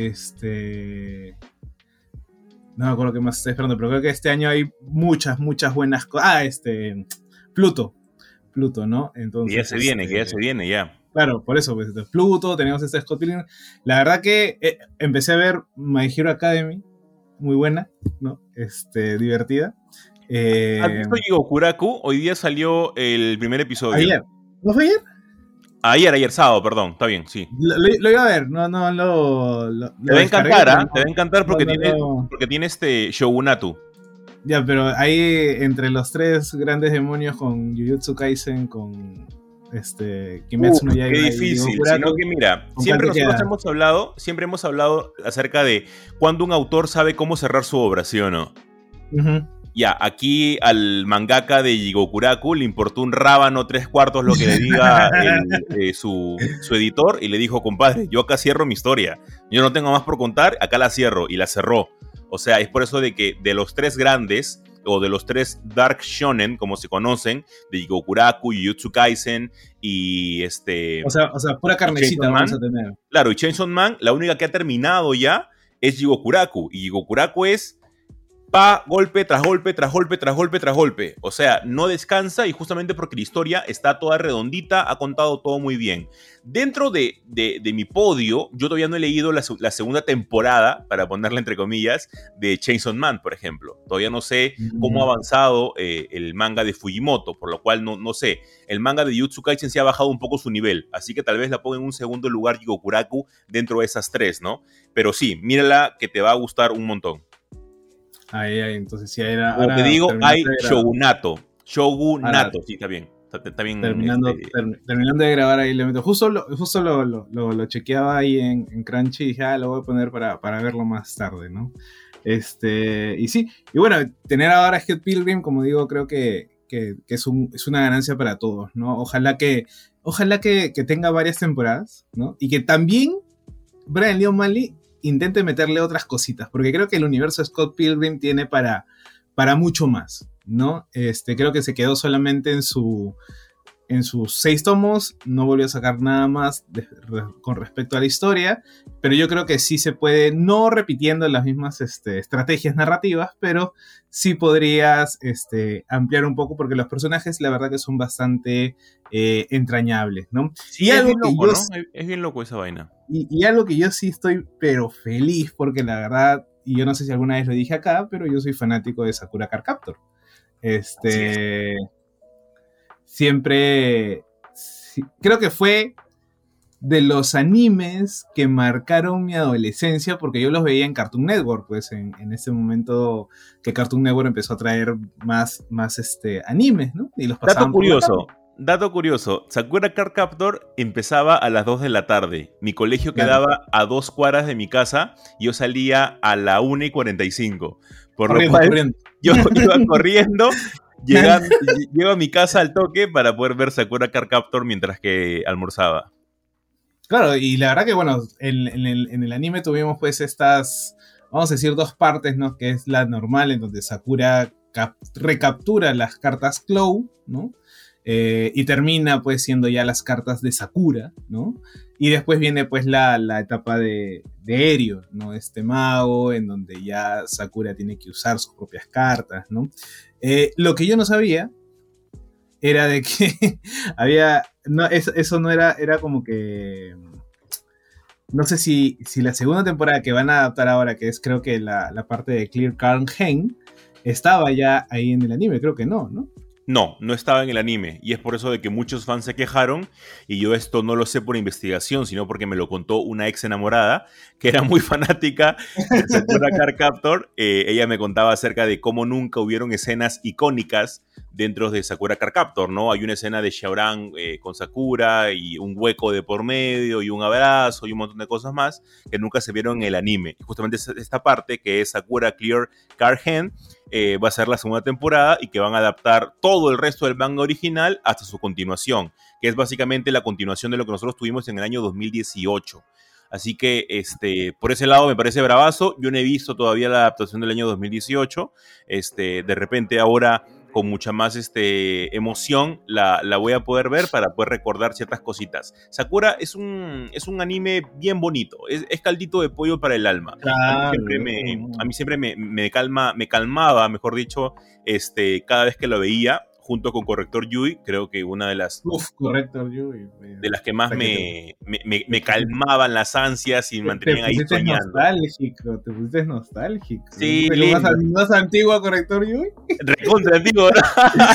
este... No me acuerdo qué más estoy esperando, pero creo que este año hay muchas, muchas buenas cosas. Ah, este... Pluto. Pluto, ¿no? Entonces, que ya se viene, este, que ya se viene, ya. Claro, por eso, pues, entonces, Pluto, tenemos este Scott Pilgrim. La verdad que eh, empecé a ver My Hero Academy, muy buena, ¿no? Este, divertida. Eh, ¿Has visto Jigokuraku? Hoy día salió el primer episodio. Ayer. ¿No fue ayer? Ayer, ayer sábado, perdón, está bien, sí. Lo, lo, lo iba a ver, no, no, lo... lo te va a encantar, ¿ah? ¿eh? No, te va a encantar porque, no, no, tiene, no. porque tiene este Shogunatu. Ya, pero ahí entre los tres grandes demonios con Jujutsu Kaisen, con este Kimetsu no Uf, Yaiba, qué y difícil, Jigokuraku, sino que mira, ¿con siempre cuál te nosotros queda? hemos hablado, siempre hemos hablado acerca de cuando un autor sabe cómo cerrar su obra, ¿sí o no? Uh-huh. Ya, aquí al mangaka de Jigokuraku le importó un rábano tres cuartos lo que le diga el, eh, su, su editor y le dijo, compadre, yo acá cierro mi historia, yo no tengo más por contar, acá la cierro, y la cerró. O sea, es por eso de que de los tres grandes, o de los tres Dark Shonen, como se conocen, de Jigokuraku, Jujutsu Kaisen y este... O sea, o sea, pura carnecita vamos a tener. Claro, y Chainsaw Man, la única que ha terminado ya es Jigokuraku, y Jigokuraku es pa, golpe tras golpe, tras golpe, tras golpe, tras golpe. O sea, no descansa y justamente porque la historia está toda redondita, ha contado todo muy bien. Dentro de, de, de mi podio, yo todavía no he leído la, la segunda temporada, para ponerla entre comillas, de Chainsaw Man, por ejemplo. Todavía no sé cómo ha avanzado eh, el manga de Fujimoto, por lo cual no, no sé. El manga de Jujutsu Kaisen se ha bajado un poco su nivel, así que tal vez la ponga en un segundo lugar Jigokuraku dentro de esas tres, ¿no? Pero sí, mírala que te va a gustar un montón. Ahí, ahí, entonces sí, era. Como Ahora te digo, hay de grabar. Shogunato. Shogunato, Ahora, sí, está bien. Está, está bien terminando, este, ter, terminando de grabar ahí le meto. Justo lo, justo lo, lo, lo, lo chequeaba ahí en, en Crunchy y dije, ah, lo voy a poner para, para verlo más tarde, ¿no? Este, y sí, y bueno, tener ahora Scott Pilgrim, como digo, creo que, que, que es, un, es una ganancia para todos, ¿no? Ojalá que, ojalá que, que tenga varias temporadas, ¿no? Y que también Brian Lee O'Malley intente meterle otras cositas, porque creo que el universo de Scott Pilgrim tiene para, para mucho más, ¿no? Este, creo que se quedó solamente en su en sus seis tomos, no volvió a sacar nada más de, re, con respecto a la historia, pero yo creo que sí se puede, no repitiendo las mismas este, estrategias narrativas, pero sí podrías este, ampliar un poco, porque los personajes la verdad que son bastante eh, entrañables, ¿no? Sí, y es algo bien que loco, yo, ¿no? Es bien loco esa vaina. Y, y algo que yo sí estoy pero feliz, porque la verdad, y yo no sé si alguna vez lo dije acá, pero yo soy fanático de Sakura Card Captor. Este... Siempre... Sí, creo que fue de los animes que marcaron mi adolescencia, porque yo los veía en Cartoon Network, pues en, en ese momento que Cartoon Network empezó a traer más, más este, animes, ¿no? Y los pasaban Dato por la curioso. tarde. Dato curioso, Sakura Card Captor empezaba a las dos de la tarde. Mi colegio quedaba claro. a dos cuadras de mi casa y yo salía a la una y cuarenta y cinco. Por corriendo, lo cual corriendo. yo iba corriendo, llegando, llego a mi casa al toque para poder ver Sakura Card Captor mientras que almorzaba. Claro, y la verdad que bueno, en, en, el, en el anime tuvimos pues estas, vamos a decir, dos partes, ¿no? Que es la normal, en donde Sakura cap- recaptura las cartas Clow, ¿no? Eh, y termina pues siendo ya las cartas de Sakura, ¿no? Y después viene pues la, la etapa de, de Erio, ¿no? Este mago en donde ya Sakura tiene que usar sus propias cartas, ¿no? Eh, lo que yo no sabía era de que había, no, eso, eso no era, era como que, no sé si, si la segunda temporada que van a adaptar ahora, que es creo que la, la parte de Clear Calm Hen, estaba ya ahí en el anime, creo que no, ¿no? No, no estaba en el anime, y es por eso de que muchos fans se quejaron, y yo esto no lo sé por investigación, sino porque me lo contó una ex enamorada, que era muy fanática de Sakura Card Captor. Eh, ella me contaba acerca de cómo nunca hubieron escenas icónicas dentro de Sakura Card Captor, ¿no? Hay una escena de Shaoran eh, con Sakura, y un hueco de por medio, y un abrazo, y un montón de cosas más, que nunca se vieron en el anime. Y justamente esta parte, que es Sakura Clear Card Hand, Eh, va a ser la segunda temporada, y que van a adaptar todo el resto del manga original hasta su continuación, que es básicamente la continuación de lo que nosotros tuvimos en el año dos mil dieciocho. Así que este, por ese lado me parece bravazo. Yo no he visto todavía la adaptación del año dos mil dieciocho. Este, de repente ahora, con mucha más este, emoción, la, la voy a poder ver para poder recordar ciertas cositas. Sakura es un, es un anime bien bonito, es, es caldito de pollo para el alma. Claro. A mí siempre, me, a mí siempre me, me, calma, me calmaba, mejor dicho, este, cada vez que lo veía, junto con Corrector Yui. Creo que una de las... Uf, Corrector Yui. De las que más me, me, me, me calmaban las ansias y me mantenían ahí soñando. Te pusiste nostálgico, te pusiste nostálgico. Sí, ¿Te lo más, más antiguo a Corrector Yui? Recontra antiguo, ¿no?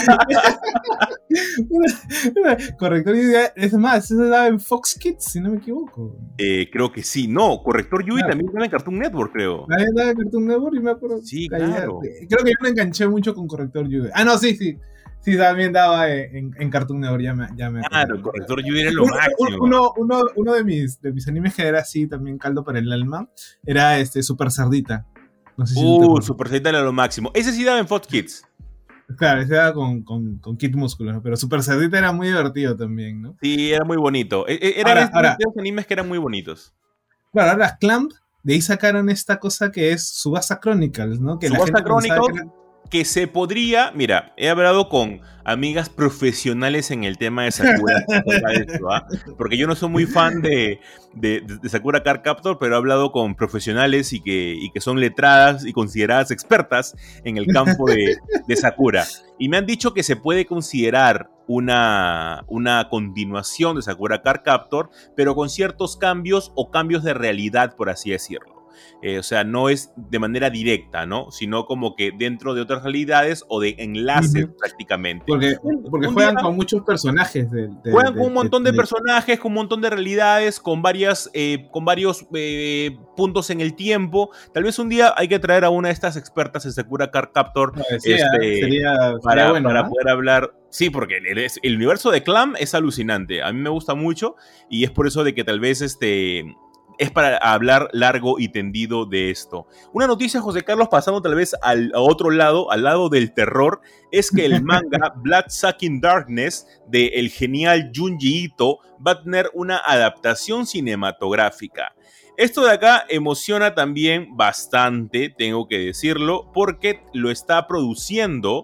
Corrector Yui, es más, eso se daba en Fox Kids, si no me equivoco. Eh, creo que sí, no, Corrector Yui claro. También estaba en Cartoon Network, creo. También estaba en Cartoon Network y me acuerdo. Sí, claro. Creo que yo me enganché mucho con Corrector Yui. Ah, no, sí, sí. Sí, también daba en, en Cartoon Network, ya me, ya me Claro, el Corrector Yui era lo uno, máximo. Uno, uno, uno de, mis, de mis animes que era así también caldo para el alma era este Super Cerdita. No sé si uh, Super Cerdita era lo máximo. Ese sí daba en Fox Kids. Claro, ese daba con, con, con Kid Músculo, ¿no? Pero Super Cerdita era muy divertido también, ¿no? Sí, era muy bonito. Eran ahora, estos ahora, animes que eran muy bonitos. Claro, ahora Clamp, de ahí sacaron esta cosa que es Subasa Chronicles, ¿no? Que Subasa la gente Chronicles... que era... que se podría, mira, he hablado con amigas profesionales en el tema de Sakura, esto, ¿eh? Porque yo no soy muy fan de, de, de Sakura Card Captor, pero he hablado con profesionales y que, y que son letradas y consideradas expertas en el campo de, de Sakura. Y me han dicho que se puede considerar una, una continuación de Sakura Card Captor, pero con ciertos cambios o cambios de realidad, por así decirlo. Eh, o sea, no es de manera directa, ¿no? Sino como que dentro de otras realidades o de enlaces uh-huh. prácticamente. Porque, porque un juegan día, con muchos personajes. De, de, juegan de, con un montón de, de, de personajes, con un montón de realidades, con, varias, eh, con varios eh, puntos en el tiempo. Tal vez un día hay que traer a una de estas expertas en Sakura Card Captor no, decía, este, sería, para, sería bueno, para ¿no? poder hablar. Sí, porque el, el universo de Clamp es alucinante. A mí me gusta mucho y es por eso de que tal vez este... es para hablar largo y tendido de esto. Una noticia, José Carlos, pasando tal vez al a otro lado, al lado del terror, es que el manga Bloodsucking Darkness de el genial Junji Ito va a tener una adaptación cinematográfica. Esto de acá emociona también bastante, tengo que decirlo, porque lo está produciendo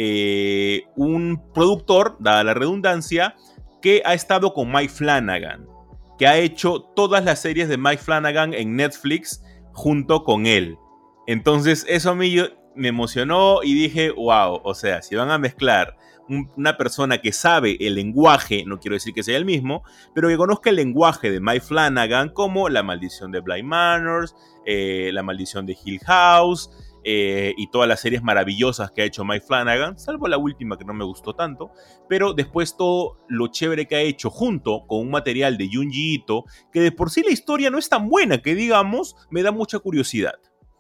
eh, un productor, dada la redundancia, que ha estado con Mike Flanagan, que ha hecho todas las series de Mike Flanagan en Netflix junto con él. Entonces eso a mí yo, me emocionó y dije, wow, o sea, si van a mezclar un, una persona que sabe el lenguaje, no quiero decir que sea el mismo, pero que conozca el lenguaje de Mike Flanagan, como La Maldición de Bly Manor, eh, La Maldición de Hill House, Eh, y todas las series maravillosas que ha hecho Mike Flanagan, salvo la última que no me gustó tanto, pero después todo lo chévere que ha hecho junto con un material de Junji Ito, que de por sí la historia no es tan buena que digamos, me da mucha curiosidad.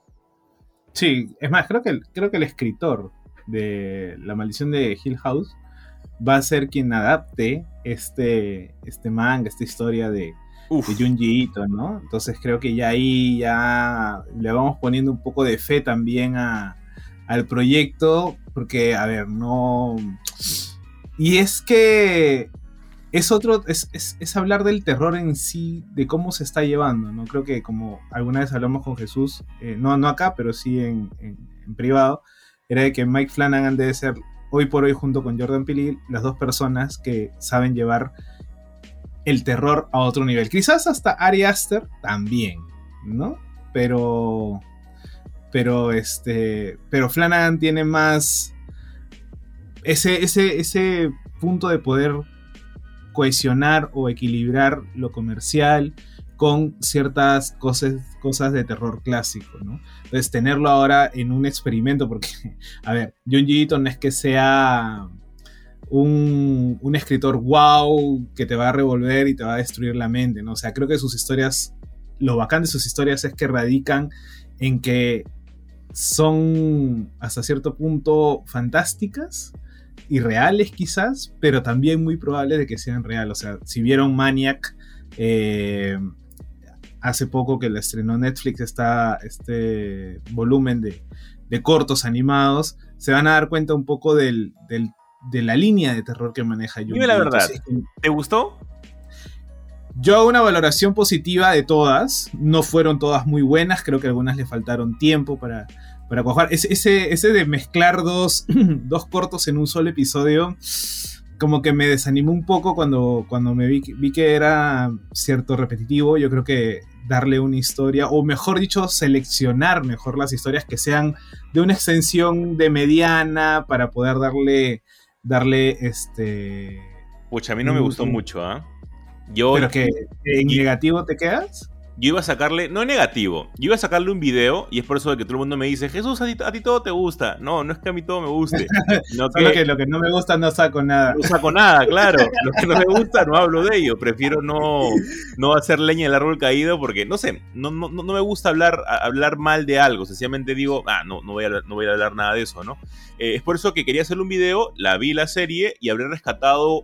Sí, es más, creo que el, creo que el escritor de La Maldición de Hill House va a ser quien adapte este, este manga, esta historia de Uf. de Junji Ito, ¿no? Entonces creo que ya ahí ya le vamos poniendo un poco de fe también a, al proyecto, porque, a ver, no... Y es que es otro, es, es, es hablar del terror en sí, de cómo se está llevando, ¿no? Creo que como alguna vez hablamos con Jesús, eh, no, no acá, pero sí en, en, en privado, era de que Mike Flanagan debe ser, hoy por hoy, junto con Jordan Peele, las dos personas que saben llevar el terror a otro nivel. Quizás hasta Ari Aster también, ¿no? Pero pero este pero Flanagan tiene más ese ese ese punto de poder cohesionar o equilibrar lo comercial con ciertas cosas cosas de terror clásico, ¿no? Entonces tenerlo ahora en un experimento, porque a ver, Junji Ito no es que sea un, un escritor wow que te va a revolver y te va a destruir la mente, ¿no? O sea, creo que sus historias, lo bacán de sus historias es que radican en que son hasta cierto punto fantásticas y reales quizás, pero también muy probable de que sean reales. O sea, si vieron Maniac eh, hace poco que la estrenó Netflix, está este volumen de, de cortos animados, se van a dar cuenta un poco del, del, de la línea de terror que maneja Junji. Dime la verdad, Entonces, ¿te gustó? yo hago una valoración positiva de todas. No fueron todas muy buenas. Creo que a algunas le faltaron tiempo para, para cuajar. Ese, ese, ese de mezclar dos, dos cortos en un solo episodio, como que me desanimó un poco cuando, cuando me vi, vi que era cierto repetitivo. Yo creo que darle una historia, o mejor dicho, seleccionar mejor las historias que sean de una extensión de mediana para poder darle, darle este... Pucha, a mí no me gustó Mm. mucho, ¿ah? Yo, ¿Pero que en y- negativo te quedas? yo iba a sacarle, no negativo, yo iba a sacarle un video y es por eso de que todo el mundo me dice, Jesús, a ti, a ti todo te gusta. No, no es que a mí todo me guste. No Solo que que lo que no me gusta no saco nada. no saco nada, claro. Lo que no me gusta no hablo de ello. Prefiero no, no hacer leña del árbol caído porque, no sé, no, no, no me gusta hablar, a- hablar mal de algo. Sencillamente digo, ah, no, no voy a, hablar- no voy a hablar nada de eso, ¿no? Eh, es por eso que quería hacerle un video, la vi la serie y habré rescatado,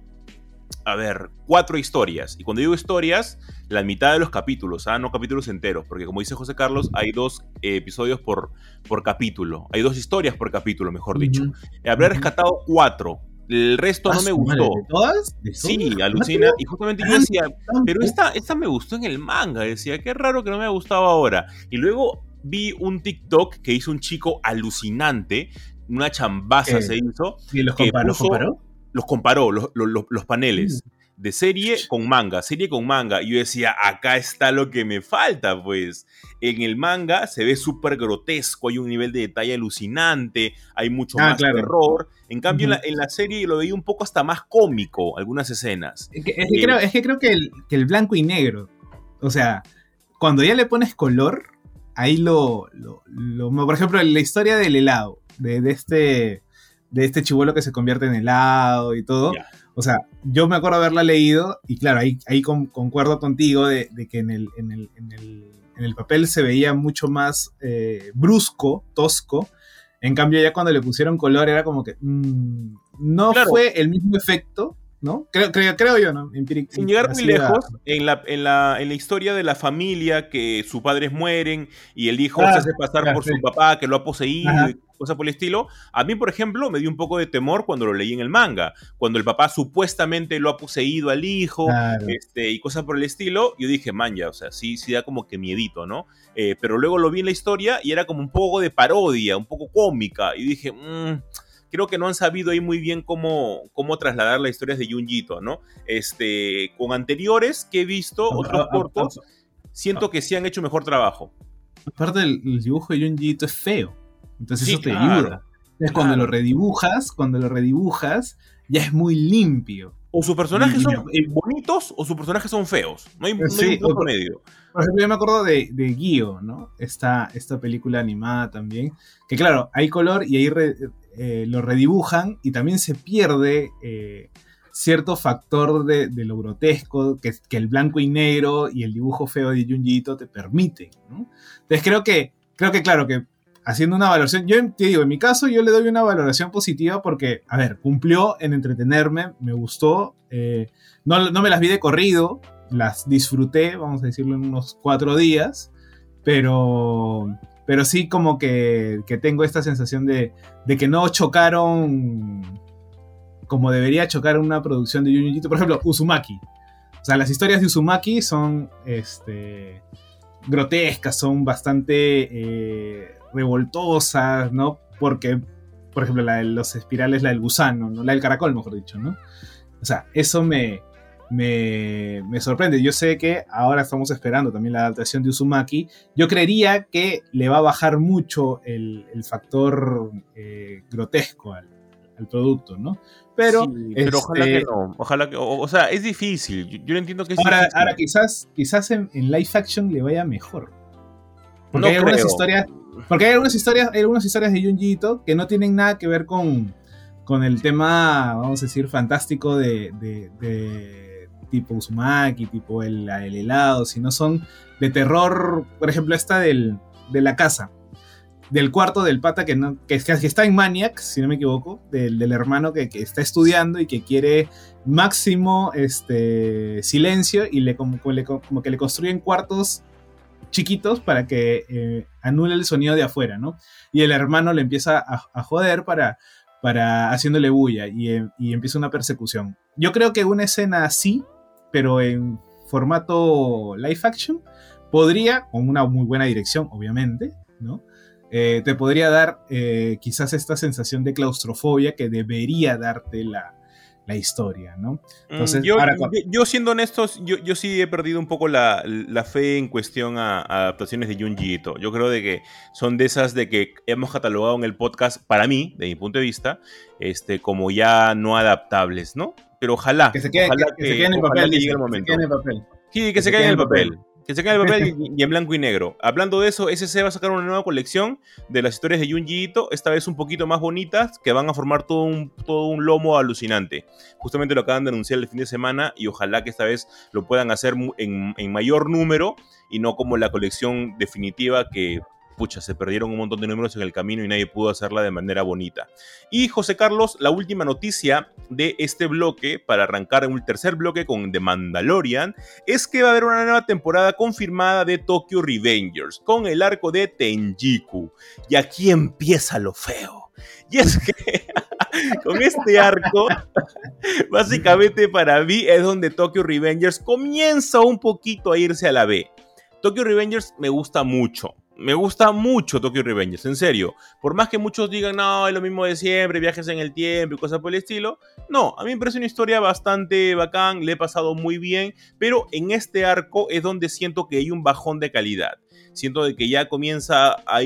a ver, cuatro historias. Y cuando digo historias, la mitad de los capítulos, ¿ah? No capítulos enteros, porque como dice José Carlos, hay dos eh, episodios por, por capítulo. Hay dos historias por capítulo, mejor dicho. Ujú. Eh, Habré Ujú. rescatado cuatro. El resto no Ah, me su gustó. madre, ¿de todas? ¿De Sí, todas? alucina. Y justamente yo decía, Tanto. pero esta, esta me gustó en el manga. Decía, qué raro que no me ha gustado ahora. Y luego vi un TikTok que hizo un chico alucinante. Una chambaza ¿Qué? se hizo. ¿Y los que comparó? ¿Los puso- comparó? Los comparó, los, los- los- los paneles. De serie con manga, serie con manga. Y yo decía, acá está lo que me falta, pues. En el manga se ve súper grotesco, hay un nivel de detalle alucinante, hay mucho Ah, más claro. terror. En cambio, en, Ujú. la, en la serie lo veía un poco hasta más cómico, algunas escenas. Es que, es que Eh, creo, es que creo que el, que el blanco y negro, o sea, cuando ya le pones color, ahí lo, lo, lo- por ejemplo, la historia del helado, de, de este de este chibolo que se convierte en helado y todo. Ya. O sea, yo me acuerdo haberla leído y claro, ahí, ahí con- concuerdo contigo de, de que en el, en, el, en, el, en el papel se veía mucho más eh, brusco, tosco. En cambio ya cuando le pusieron color era como que mm, no Claro. fue el mismo efecto, ¿no? Creo, creo, creo yo, ¿no? Empíric- Sin llegar muy así era. lejos, en la, en, la, en la historia de la familia, que sus padres mueren y el hijo Ah, se hace pasar ya, por sí. su papá, que lo ha poseído Ajá. y cosas por el estilo, a mí, por ejemplo, me dio un poco de temor cuando lo leí en el manga. Cuando el papá supuestamente lo ha poseído al hijo Claro. este, y cosas por el estilo, yo dije, man, ya, o sea, sí, sí da como que miedito, ¿no? Eh, pero luego lo vi en la historia y era como un poco de parodia, un poco cómica, y dije, mmm, creo que no han sabido ahí muy bien cómo, cómo trasladar las historias de Junjito, ¿no? Este, con anteriores que he visto, Ah, otros ah, cortos, ah, siento que sí han hecho mejor trabajo. Aparte, el, el dibujo de Junjiito es feo. Entonces Sí, eso te claro, ayuda. Entonces cuando claro. lo redibujas, cuando lo redibujas, ya es muy limpio. O sus personajes Y- y son me- eh, bonitos o sus personajes son feos. No hay, no hay Sí, un punto o- medio. Por ejemplo, yo me acuerdo de, de Gyo, ¿no? Esta, esta película animada también. Que claro, hay color y ahí re- eh, lo redibujan y también se pierde eh, cierto factor de, de lo grotesco que, que el blanco y negro y el dibujo feo de Junjiito te permiten, ¿no? Entonces creo que, creo que claro, que haciendo una valoración, yo te digo, en mi caso yo le doy una valoración positiva porque, a ver, cumplió en entretenerme, me gustó, eh, no, no me las vi de corrido, las disfruté, vamos a decirlo, en unos cuatro días, pero, pero sí como que, que tengo esta sensación de, de que no chocaron como debería chocar una producción de Junjiito. Por ejemplo, Uzumaki. O sea, las historias de Uzumaki son este, grotescas, son bastante eh, revoltosas, ¿no? Porque, por ejemplo, la de los espirales, la del gusano, ¿no? La del caracol, mejor dicho, ¿no? O sea, eso me, me, me sorprende. Yo sé que ahora estamos esperando también la adaptación de Uzumaki. Yo creería que le va a bajar mucho el, el factor eh, grotesco al, al producto, ¿no? Pero, Sí, pero ojalá este, que no. Ojalá que. O, o sea, es difícil. Yo, yo lo entiendo que es ahora, difícil. ahora quizás, quizás en, en live action le vaya mejor. Porque No hay algunas creo. historias. Porque hay algunas historias, hay algunas historias de Junjiito que no tienen nada que ver con, con el tema, vamos a decir, fantástico de, de, de tipo Uzumaki, tipo el, el helado, sino son de terror, por ejemplo, esta del, de la casa, del cuarto del pata que, no, que, que está en Maniac, si no me equivoco, del, del hermano que, que está estudiando y que quiere máximo este, silencio y le, como, como, le, como que le construyen cuartos chiquitos para que eh, anule el sonido de afuera, ¿no? Y el hermano le empieza a, a joder para, para haciéndole bulla y, eh, y empieza una persecución. Yo creo que una escena así, pero en formato live action, podría, con una muy buena dirección, obviamente, ¿no? Eh, te podría dar eh, quizás esta sensación de claustrofobia que debería darte la, la historia, ¿no? Entonces, yo, ahora, yo, yo siendo honestos, yo, yo sí he perdido un poco la, la fe en cuestión a, a adaptaciones de Junji Ito. Yo creo de que son de esas de que hemos catalogado en el podcast, para mí, de mi punto de vista, este, como ya no adaptables, ¿no? Pero ojalá, que se quede, ojalá que, que, que se quede en el papel, que llegue el momento. Que se quede en el papel. Sí, que, que se, se quede en el papel. papel. Que se quede en el papel y en blanco y negro. Hablando de eso, S C va a sacar una nueva colección de las historias de Junji Ito, esta vez un poquito más bonitas, que van a formar todo un, todo un lomo alucinante. Justamente lo acaban de anunciar el fin de semana y ojalá que esta vez lo puedan hacer en, en mayor número y no como la colección definitiva que... pucha, se perdieron un montón de números en el camino y nadie pudo hacerla de manera bonita. Y José Carlos, la última noticia de este bloque, para arrancar en un tercer bloque con The Mandalorian, es que va a haber una nueva temporada confirmada de Tokyo Revengers, con el arco de Tenjiku. Y aquí empieza lo feo. Y es que con este arco, básicamente para mí es donde Tokyo Revengers comienza un poquito a irse a la B. Tokyo Revengers me gusta mucho. Me gusta mucho Tokyo Revengers, en serio. Por más que muchos digan, no, es lo mismo de siempre, viajes en el tiempo y cosas por el estilo. No, a mí me parece una historia bastante bacán, le he pasado muy bien, pero en este arco es donde siento que hay un bajón de calidad. Siento de que ya comienza a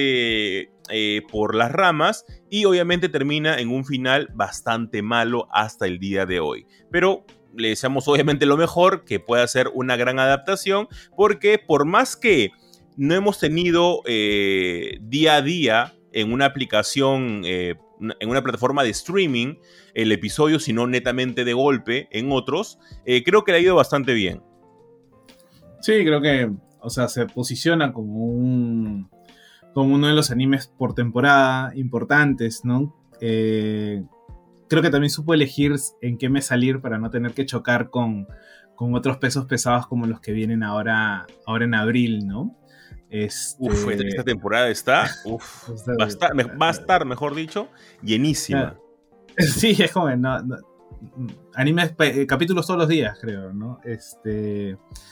irse eh, por las ramas y obviamente termina en un final bastante malo hasta el día de hoy. Pero le deseamos obviamente lo mejor, que pueda ser una gran adaptación, porque por más que no hemos tenido eh, día a día en una aplicación, eh, en una plataforma de streaming, el episodio, sino netamente de golpe en otros, eh, creo que le ha ido bastante bien. Sí, creo que, o sea, se posiciona como un como uno de los animes por temporada importantes, ¿no? Eh, creo que también supo elegir en qué mes salir para no tener que chocar con, con otros pesos pesados como los que vienen ahora, ahora en abril, ¿no? Este... Uf, esta temporada está, uf, va, a estar, va a estar, mejor dicho, llenísima. Sí, es como, no, no, animes, capítulos todos los días, creo, ¿no? Este,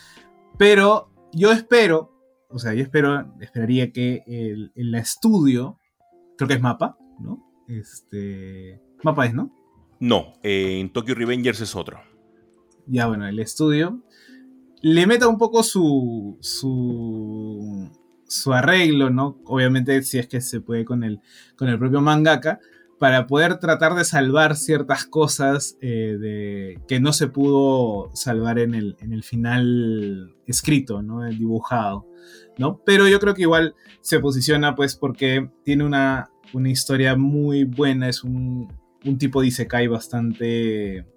pero yo espero, o sea, yo espero, esperaría que el, el estudio, creo que es Mapa, ¿no? Este, Mapa es, ¿no? No, eh, en Tokyo Revengers es otro. Ya, bueno, el estudio le meta un poco su, su, su arreglo, ¿no? Obviamente si es que se puede con el, con el propio mangaka, para poder tratar de salvar ciertas cosas eh, de, que no se pudo salvar en el, en el final escrito, ¿no? El dibujado, ¿no? Pero yo creo que igual se posiciona pues porque tiene una, una historia muy buena, es un, un tipo de isekai bastante,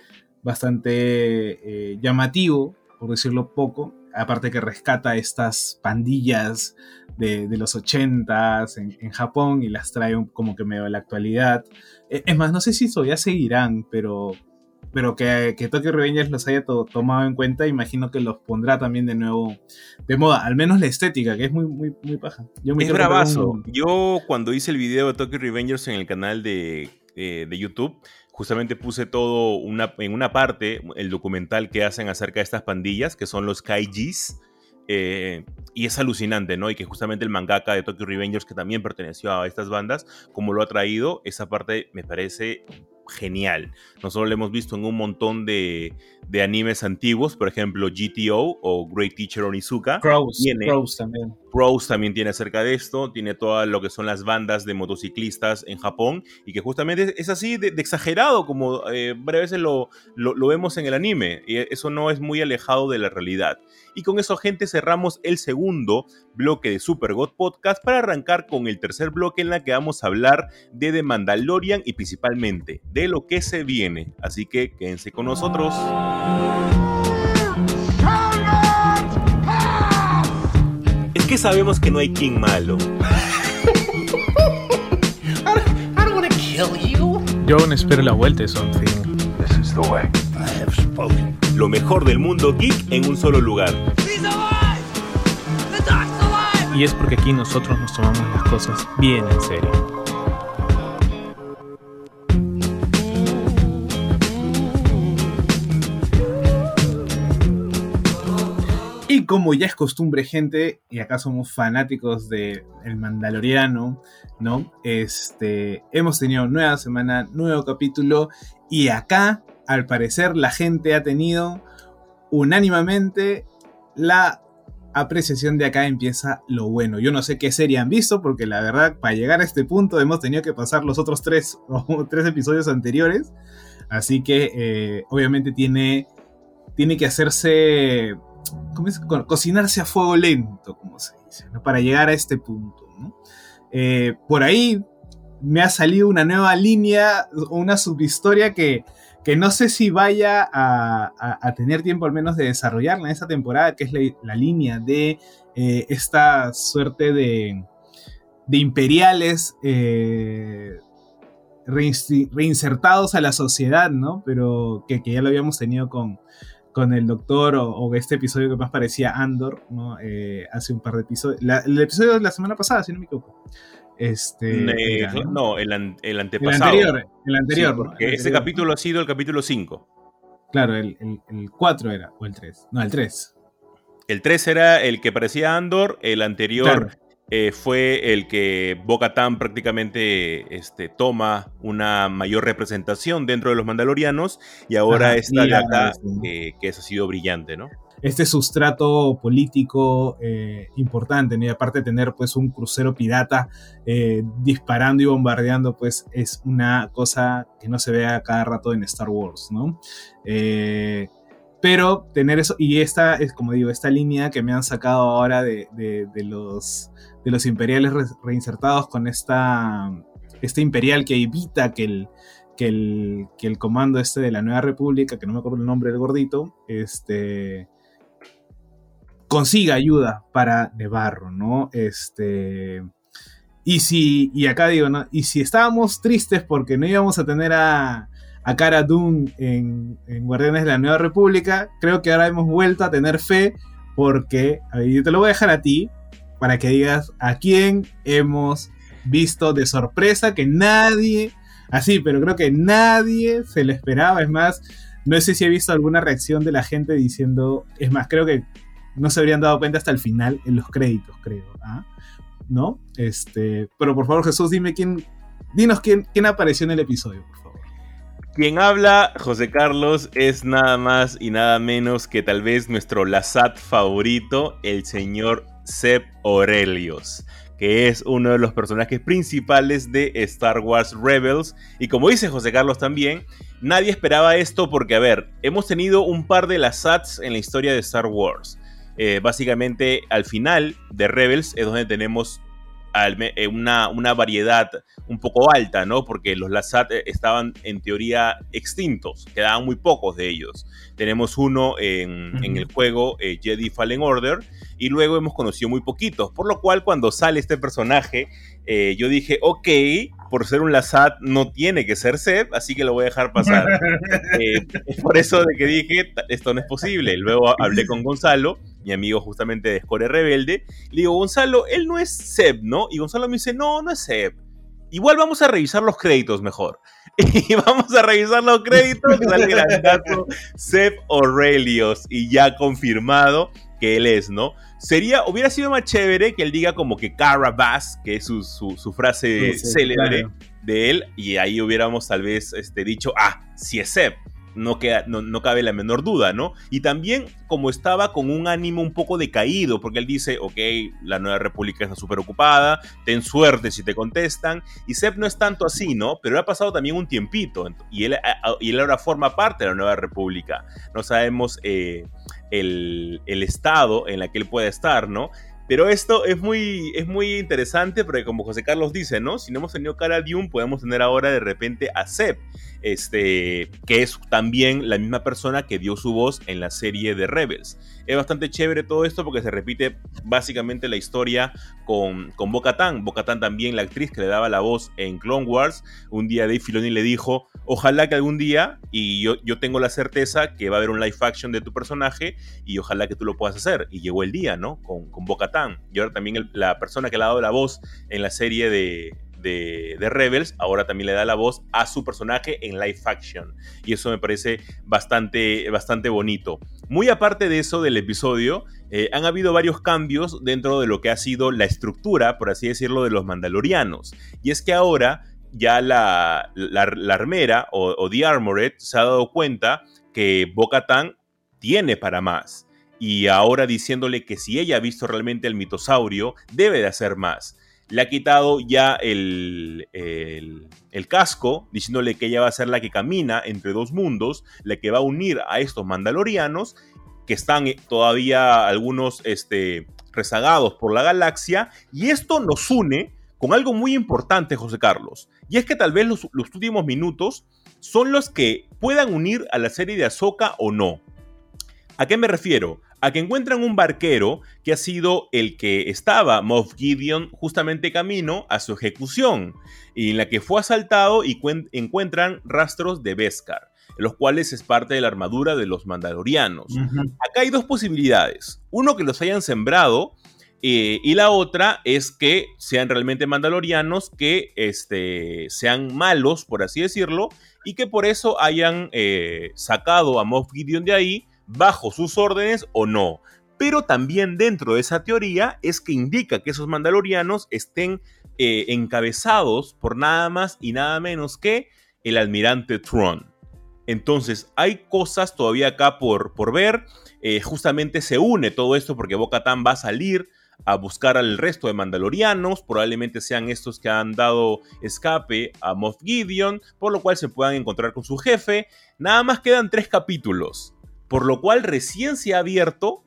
bastante eh, llamativo, por decirlo poco, aparte que rescata estas pandillas de, de los ochentas en, en Japón y las trae un, como que medio a la actualidad. Es más, no sé si todavía seguirán, pero, pero que, que Tokyo Revengers los haya to, tomado en cuenta, imagino que los pondrá también de nuevo de moda, al menos la estética, que es muy, muy, muy paja. Yo me es bravazo. Un... Yo cuando hice el video de Tokyo Revengers en el canal de, eh, de YouTube, justamente puse todo una, en una parte, el documental que hacen acerca de estas pandillas, que son los Kaijis, eh, y es alucinante, ¿no? Y que justamente el mangaka de Tokyo Revengers, que también perteneció a estas bandas, como lo ha traído, esa parte me parece genial. Nosotros lo hemos visto en un montón de, de animes antiguos, por ejemplo G T O o Great Teacher Onizuka. Crows, tiene, Crows también. Crows también tiene acerca de esto, tiene todo lo que son las bandas de motociclistas en Japón, y que justamente es así de, de exagerado, como eh, varias veces lo, lo, lo vemos en el anime, y eso no es muy alejado de la realidad. Y con eso, gente, cerramos el segundo bloque de Super God Podcast para arrancar con el tercer bloque, en la que vamos a hablar de The Mandalorian y principalmente de lo que se viene. Así que quédense con nosotros. Es que sabemos que no hay King malo. Yo aún espero la vuelta de Something. This is the way. I have spoken. Lo mejor del mundo geek en un solo lugar. He's alive! The Doc's alive! Y es porque aquí nosotros nos tomamos las cosas bien en serio. Y como ya es costumbre, gente, y acá somos fanáticos de El Mandaloriano, ¿no? Este, hemos tenido nueva semana, nuevo capítulo, y acá, al parecer, la gente ha tenido unánimemente la apreciación de acá empieza lo bueno. Yo no sé qué serie han visto, porque la verdad, para llegar a este punto hemos tenido que pasar los otros tres, o tres episodios anteriores, así que eh, obviamente tiene, tiene que hacerse... ¿Cómo es? Co- cocinarse a fuego lento, como se dice, ¿no? Para llegar a este punto, ¿no? Eh, por ahí me ha salido una nueva línea, una subhistoria que, que no sé si vaya a, a, a tener tiempo al menos de desarrollarla en esta temporada, que es la, la línea de eh, esta suerte de, de imperiales eh, reinsti- reinsertados a la sociedad, ¿no? Pero que, que ya lo habíamos tenido con... con el doctor o, o este episodio que más parecía Andor, ¿no? Eh, hace un par de episodios. La, el episodio de la semana pasada, si no me equivoco. Este, Eh, era, ¿no? no, el, an- el el antepasado. anterior, el anterior. Sí, ¿no? porque El ese anterior, capítulo ¿no? ha sido el capítulo cinco. Claro, el, el, el cuatro era, o el tres. No, el tres. El tres era el que parecía Andor, el anterior... Claro. Eh, fue el que Bo-Katan prácticamente este, toma una mayor representación dentro de los mandalorianos, y ahora Ajá, esta y de ahora acá, este. eh, que eso ha sido brillante, ¿no? Este sustrato político eh, importante, ¿no? Y aparte de tener pues un crucero pirata eh, disparando y bombardeando, pues es una cosa que no se ve a cada rato en Star Wars, ¿no? Eh, pero tener eso, y esta es, como digo, esta línea que me han sacado ahora de, de, de los de los imperiales re, reinsertados con esta este imperial que evita que el que el, que el comando este de la Nueva República, que no me acuerdo el nombre del gordito, este consiga ayuda para Nevarro, ¿no? Este y si y acá digo, ¿no? Y si estábamos tristes porque no íbamos a tener a a Cara Dune en, en Guardianes de la Nueva República, creo que ahora hemos vuelto a tener fe, porque, a ver, yo te lo voy a dejar a ti, para que digas a quién hemos visto de sorpresa, que nadie, así, pero creo que nadie se lo esperaba. Es más, no sé si he visto alguna reacción de la gente diciendo, es más, creo que no se habrían dado cuenta hasta el final, en los créditos, creo, ¿ah? ¿No? Este, pero por favor, Jesús, dime quién, dinos quién, quién apareció en el episodio, por favor. Quien habla, José Carlos, es nada más y nada menos que tal vez nuestro Lasat favorito, el señor Zeb Orrelios, que es uno de los personajes principales de Star Wars Rebels. Y como dice José Carlos también, nadie esperaba esto porque, a ver, hemos tenido un par de Lasats en la historia de Star Wars. Eh, básicamente, al final de Rebels es donde tenemos una, una variedad un poco alta, ¿no? Porque los Lasat estaban en teoría extintos, quedaban muy pocos de ellos. Tenemos uno en, uh-huh. en el juego eh, Jedi Fallen Order, y luego hemos conocido muy poquitos, por lo cual cuando sale este personaje, eh, yo dije, ok, por ser un Lasat no tiene que ser Zeb, así que lo voy a dejar pasar. eh, es por eso de que dije, esto no es posible. Luego hablé con Gonzalo, mi amigo justamente de Score Rebelde, le digo, Gonzalo, él no es Zeb, ¿no? Y Gonzalo me dice, no, no es Zeb. Igual vamos a revisar los créditos mejor. Y vamos a revisar los créditos, que sale grandazo Zeb Orrelios, y ya confirmado que él es, ¿no? Sería, hubiera sido más chévere que él diga como que Cara Bass, que es su, su, su frase sí, sí, célebre, claro. de él, y ahí hubiéramos tal vez este, dicho, ah, si es Zeb. No, queda, no, no cabe la menor duda, ¿no? Y también como estaba con un ánimo un poco decaído, porque él dice, ok, la Nueva República está súper ocupada, ten suerte si te contestan, y Zeb no es tanto así, ¿no? Pero ha pasado también un tiempito, y él, y él ahora forma parte de la Nueva República. No sabemos eh, el, el estado en el que él puede estar, ¿no? Pero esto es muy, es muy interesante porque como José Carlos dice, ¿no? Si no hemos tenido Cara Dune, podemos tener ahora de repente a Zeb, este, que es también la misma persona que dio su voz en la serie de Rebels. Es bastante chévere todo esto porque se repite básicamente la historia con, con Bo-Katan. Bo-Katan también, la actriz que le daba la voz en Clone Wars, un día Dave Filoni le dijo, ojalá que algún día, y yo, yo tengo la certeza que va a haber un live action de tu personaje y ojalá que tú lo puedas hacer. Y llegó el día, ¿no? Con, con Bo-Katan. Y ahora también el, la persona que le ha dado la voz en la serie de... De, de Rebels, ahora también le da la voz a su personaje en live action. Y eso me parece bastante, bastante bonito. Muy aparte de eso del episodio, eh, han habido varios cambios dentro de lo que ha sido la estructura, por así decirlo, de los Mandalorianos. Y es que ahora ya la, la, la armera o, o The Armored se ha dado cuenta que Bo-Katan tiene para más. Y ahora diciéndole que si ella ha visto realmente el mitosaurio, debe de hacer más. Le ha quitado ya el, el, el casco, diciéndole que ella va a ser la que camina entre dos mundos, la que va a unir a estos mandalorianos, que están todavía algunos este, rezagados por la galaxia, y esto nos une con algo muy importante, José Carlos, y es que tal vez los, los últimos minutos son los que puedan unir a la serie de Ahsoka o no. ¿A qué me refiero? A que encuentran un barquero que ha sido el que estaba Moff Gideon justamente camino a su ejecución, y en la que fue asaltado y encuentran rastros de Beskar, los cuales es parte de la armadura de los mandalorianos. Uh-huh. Acá hay dos posibilidades. Uno, que los hayan sembrado, eh, y la otra es que sean realmente mandalorianos, que este, sean malos, por así decirlo, y que por eso hayan eh, sacado a Moff Gideon de ahí, bajo sus órdenes o no. Pero también dentro de esa teoría es que indica que esos mandalorianos estén eh, encabezados por nada más y nada menos que el almirante Thrawn. Entonces hay cosas todavía acá por, por ver. Eh, justamente se une todo esto porque Bo-Katan va a salir a buscar al resto de mandalorianos, probablemente sean estos que han dado escape a Moff Gideon, por lo cual se puedan encontrar con su jefe. Nada más quedan tres capítulos, por lo cual recién se ha abierto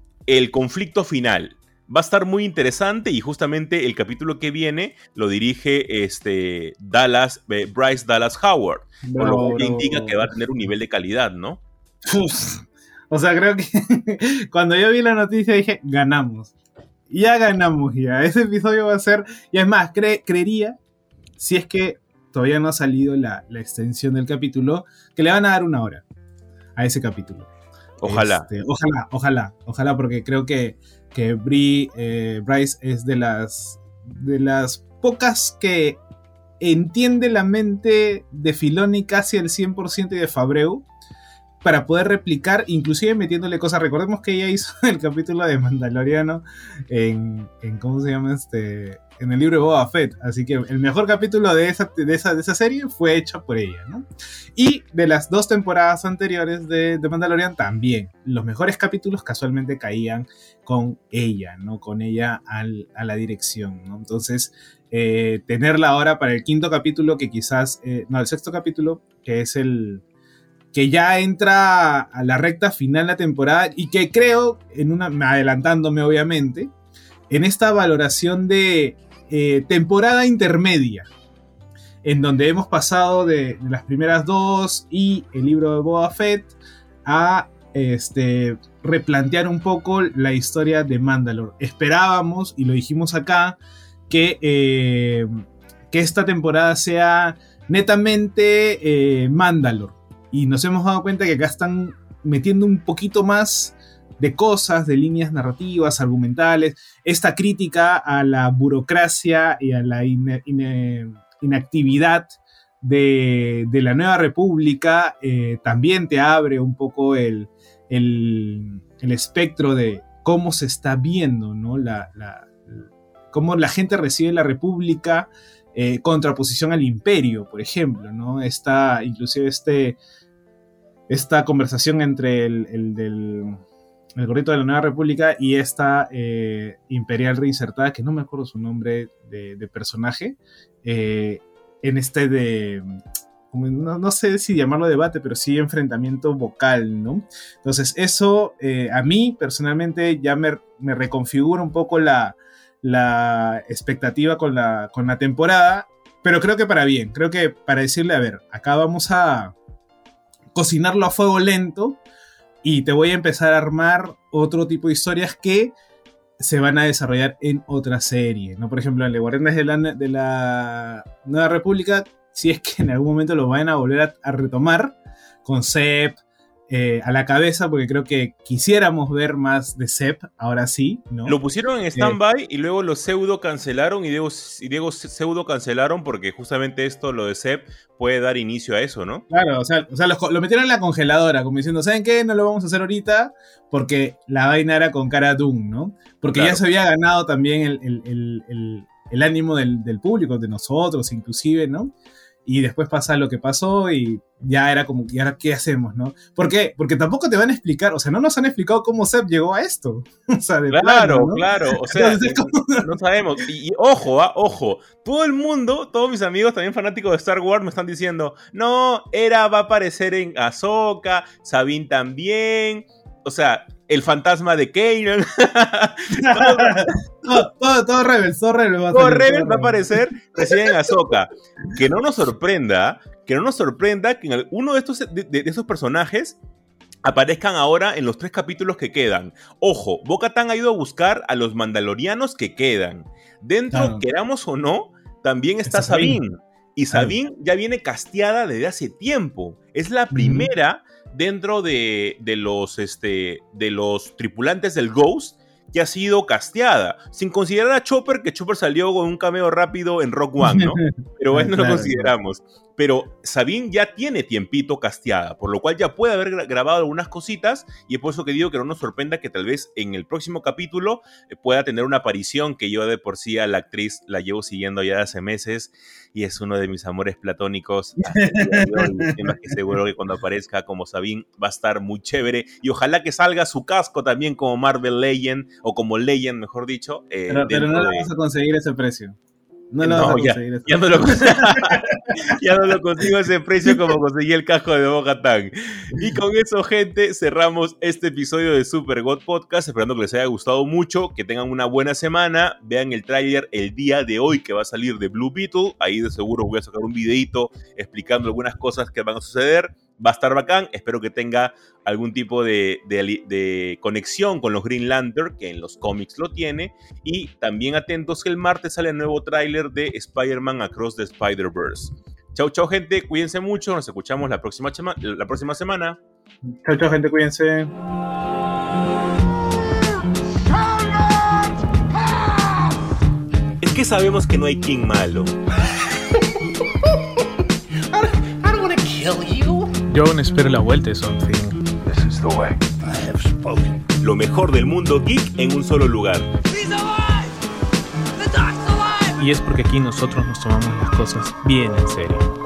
el conflicto final. Va a estar muy interesante y justamente el capítulo que viene lo dirige este Dallas, eh, Bryce Dallas Howard, no, por lo cual no. indica que va a tener un nivel de calidad, ¿no? Uf. O sea, creo que cuando yo vi la noticia dije, ganamos. Ya ganamos ya. Ese episodio va a ser... Y es más, cre- creería, si es que todavía no ha salido la, la extensión del capítulo, que le van a dar una hora a ese capítulo. Ojalá. Este, ojalá, ojalá, ojalá, porque creo que, que Brie, eh, Bryce es de las, de las pocas que entiende la mente de Filoni casi al cien por ciento y de Favreau para poder replicar, inclusive metiéndole cosas. Recordemos que ella hizo el capítulo de Mandaloriano en, en ¿cómo se llama este? En el libro de Boba Fett, así que el mejor capítulo de esa, de esa, de esa serie fue hecho por ella, ¿no? Y de las dos temporadas anteriores de, de Mandalorian también, los mejores capítulos casualmente caían con ella, ¿no? Con ella al, a la dirección, ¿no? Entonces, eh, tenerla ahora para el quinto capítulo, que quizás, eh, no, el sexto capítulo, que es el... que ya entra a la recta final de la temporada y que creo, en una, adelantándome obviamente, en esta valoración de eh, temporada intermedia, en donde hemos pasado de, de las primeras dos y el libro de Boba Fett a este, replantear un poco la historia de Mandalore. Esperábamos, y lo dijimos acá, que, eh, que esta temporada sea netamente eh, Mandalore. Y nos hemos dado cuenta que acá están metiendo un poquito más de cosas, de líneas narrativas, argumentales. Esta crítica a la burocracia y a la in- in- inactividad de, de la Nueva República eh, también te abre un poco el, el, el espectro de cómo se está viendo, ¿no? La, la, cómo la gente recibe la República eh, contraposición al imperio, por ejemplo, ¿no? Esta, inclusive este, esta conversación entre el, el del... el gorrito de la Nueva República y esta eh, imperial reinsertada, que no me acuerdo su nombre de, de personaje, eh, en este de, como no, no sé si llamarlo debate, pero sí enfrentamiento vocal, ¿no? Entonces eso eh, a mí personalmente ya me, me reconfigura un poco la, la expectativa con la, con la temporada, pero creo que para bien, creo que para decirle, a ver, acá vamos a cocinarlo a fuego lento, y te voy a empezar a armar otro tipo de historias que se van a desarrollar en otra serie, ¿no? Por ejemplo, en Guardianes de la, de la Nueva República, si es que en algún momento lo van a volver a, a retomar con Zeb eh, a la cabeza, porque creo que quisiéramos ver más de Zeb, ahora sí, ¿no? Lo pusieron en stand-by eh, y luego lo pseudo cancelaron y Diego, y Diego pseudo cancelaron porque justamente esto, lo de Zeb, puede dar inicio a eso, ¿no? Claro, o sea, o sea lo, lo metieron en la congeladora, como diciendo, ¿saben qué? No lo vamos a hacer ahorita porque la vaina era con Cara Dune, ¿no? Porque claro, ya se había ganado también el, el, el, el, el ánimo del, del público, de nosotros inclusive, ¿no? Y después pasa lo que pasó y ya era como, ¿y ahora qué hacemos, no? ¿Por qué? Porque tampoco te van a explicar, o sea, no nos han explicado cómo Zeb llegó a esto. O sea, de claro, plano, ¿no? claro, o sea, entonces, no, no sabemos. Y, y ojo, ah, ojo, todo el mundo, todos mis amigos también fanáticos de Star Wars me están diciendo, no, Hera va a aparecer en Ahsoka, Sabine también, o sea, el fantasma de Kanan. todo, todo, todo Rebels, todo Rebels va a, todo salir, Rebels todo va a aparecer recién en Ahsoka. Que no nos sorprenda, que no nos sorprenda que en uno de estos, de, de, de esos personajes aparezcan ahora en los tres capítulos que quedan. Ojo, Bo-Katan ha ido a buscar a los mandalorianos que quedan. Dentro, claro, queramos o no, también está Sabine. Sabine. Y Sabine ya viene casteada desde hace tiempo. Es la primera mm. dentro de, de, los, este, de los tripulantes del Ghost que ha sido casteada. Sin considerar a Chopper, que Chopper salió con un cameo rápido en Rogue One, ¿no? Pero ahí no claro, lo consideramos. Claro. Pero Sabine ya tiene tiempito casteada, por lo cual ya puede haber grabado algunas cositas, y es por eso que digo que no nos sorprenda que tal vez en el próximo capítulo pueda tener una aparición, que yo de por sí a la actriz la llevo siguiendo ya hace meses, y es uno de mis amores platónicos. Y más que seguro que cuando aparezca como Sabine va a estar muy chévere, y ojalá que salga su casco también como Marvel Legend, o como Legend, mejor dicho. Eh, pero, pero no de... vamos a conseguir ese precio. No, no, lo vas a ya, conseguir ese ya, no lo, ya no lo consigo ese precio como conseguí el casco de Bo-Katan. Y con eso, gente, cerramos este episodio de Super God Podcast, esperando que les haya gustado mucho, que tengan una buena semana. Vean el tráiler el día de hoy que va a salir de Blue Beetle. Ahí de seguro voy a sacar un videito explicando algunas cosas que van a suceder. Va a estar bacán, espero que tenga algún tipo de, de, de conexión con los Green Lantern, que en los cómics lo tiene, y también atentos que el martes sale el nuevo tráiler de Spider-Man Across the Spider-Verse. Chau, chau, gente, cuídense mucho, nos escuchamos la próxima, chema, la próxima semana. Chau, chau, gente, cuídense. Es que sabemos que no hay King malo. Yo aún espero la vuelta de Something. This is the way. I have spoken. Lo mejor del mundo geek en un solo lugar. He's alive! The Doc's alive! Y es porque aquí nosotros nos tomamos las cosas bien en serio.